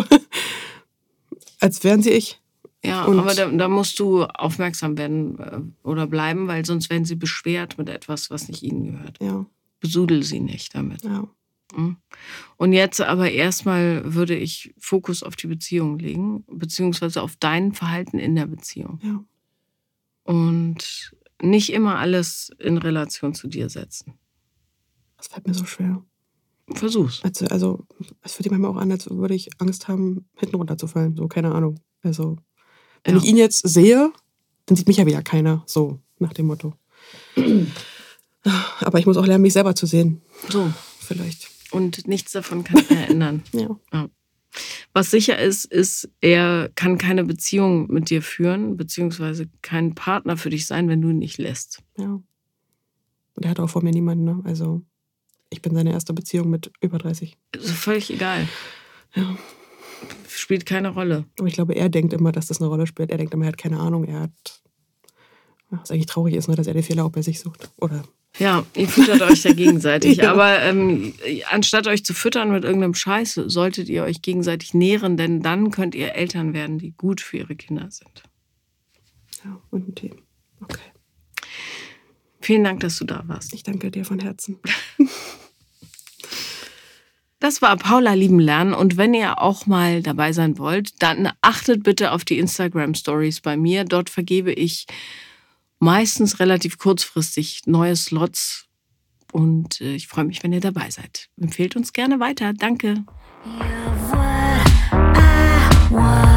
als wären sie ich. Ja, Und- aber da, da musst du aufmerksam werden äh, oder bleiben, weil sonst werden sie beschwert mit etwas, was nicht ihnen gehört. Ja, Besudel sie nicht damit. ja, Mhm. Und jetzt aber erstmal würde ich Fokus auf die Beziehung legen, beziehungsweise auf dein Verhalten in der Beziehung. ja. Und nicht immer alles in Relation zu dir setzen. Das fällt mir so schwer. Versuch's. Also, also es fühlt sich manchmal auch an, als würde ich Angst haben, hinten runterzufallen. So, keine Ahnung. Also, wenn Ja. ich ihn jetzt sehe, dann sieht mich ja wieder keiner. So, nach dem Motto. Aber ich muss auch lernen, mich selber zu sehen. So. Vielleicht. Und nichts davon kann er ändern. Ja. Was sicher ist, ist, er kann keine Beziehung mit dir führen, beziehungsweise kein Partner für dich sein, wenn du ihn nicht lässt. Ja. Und er hat auch vor mir niemanden, ne? Also, ich bin seine erste Beziehung mit über dreißig. Ist völlig egal. Ja. Spielt keine Rolle. Aber ich glaube, er denkt immer, dass das eine Rolle spielt. Er denkt immer, er hat keine Ahnung. Er hat. Was eigentlich traurig ist, ne, dass er den Fehler auch bei sich sucht. Oder. Ja, ihr füttert euch ja gegenseitig. Ja. Aber ähm, anstatt euch zu füttern mit irgendeinem Scheiß, solltet ihr euch gegenseitig nähren, denn dann könnt ihr Eltern werden, die gut für ihre Kinder sind. Ja, und ein Team. Okay. Vielen Dank, dass du da warst. Ich danke dir von Herzen. Das war Paula lieben lernen und wenn ihr auch mal dabei sein wollt, dann achtet bitte auf die Instagram-Stories bei mir. Dort vergebe ich meistens relativ kurzfristig neue Slots und ich freue mich, wenn ihr dabei seid. Empfehlt uns gerne weiter. Danke. You're what I want.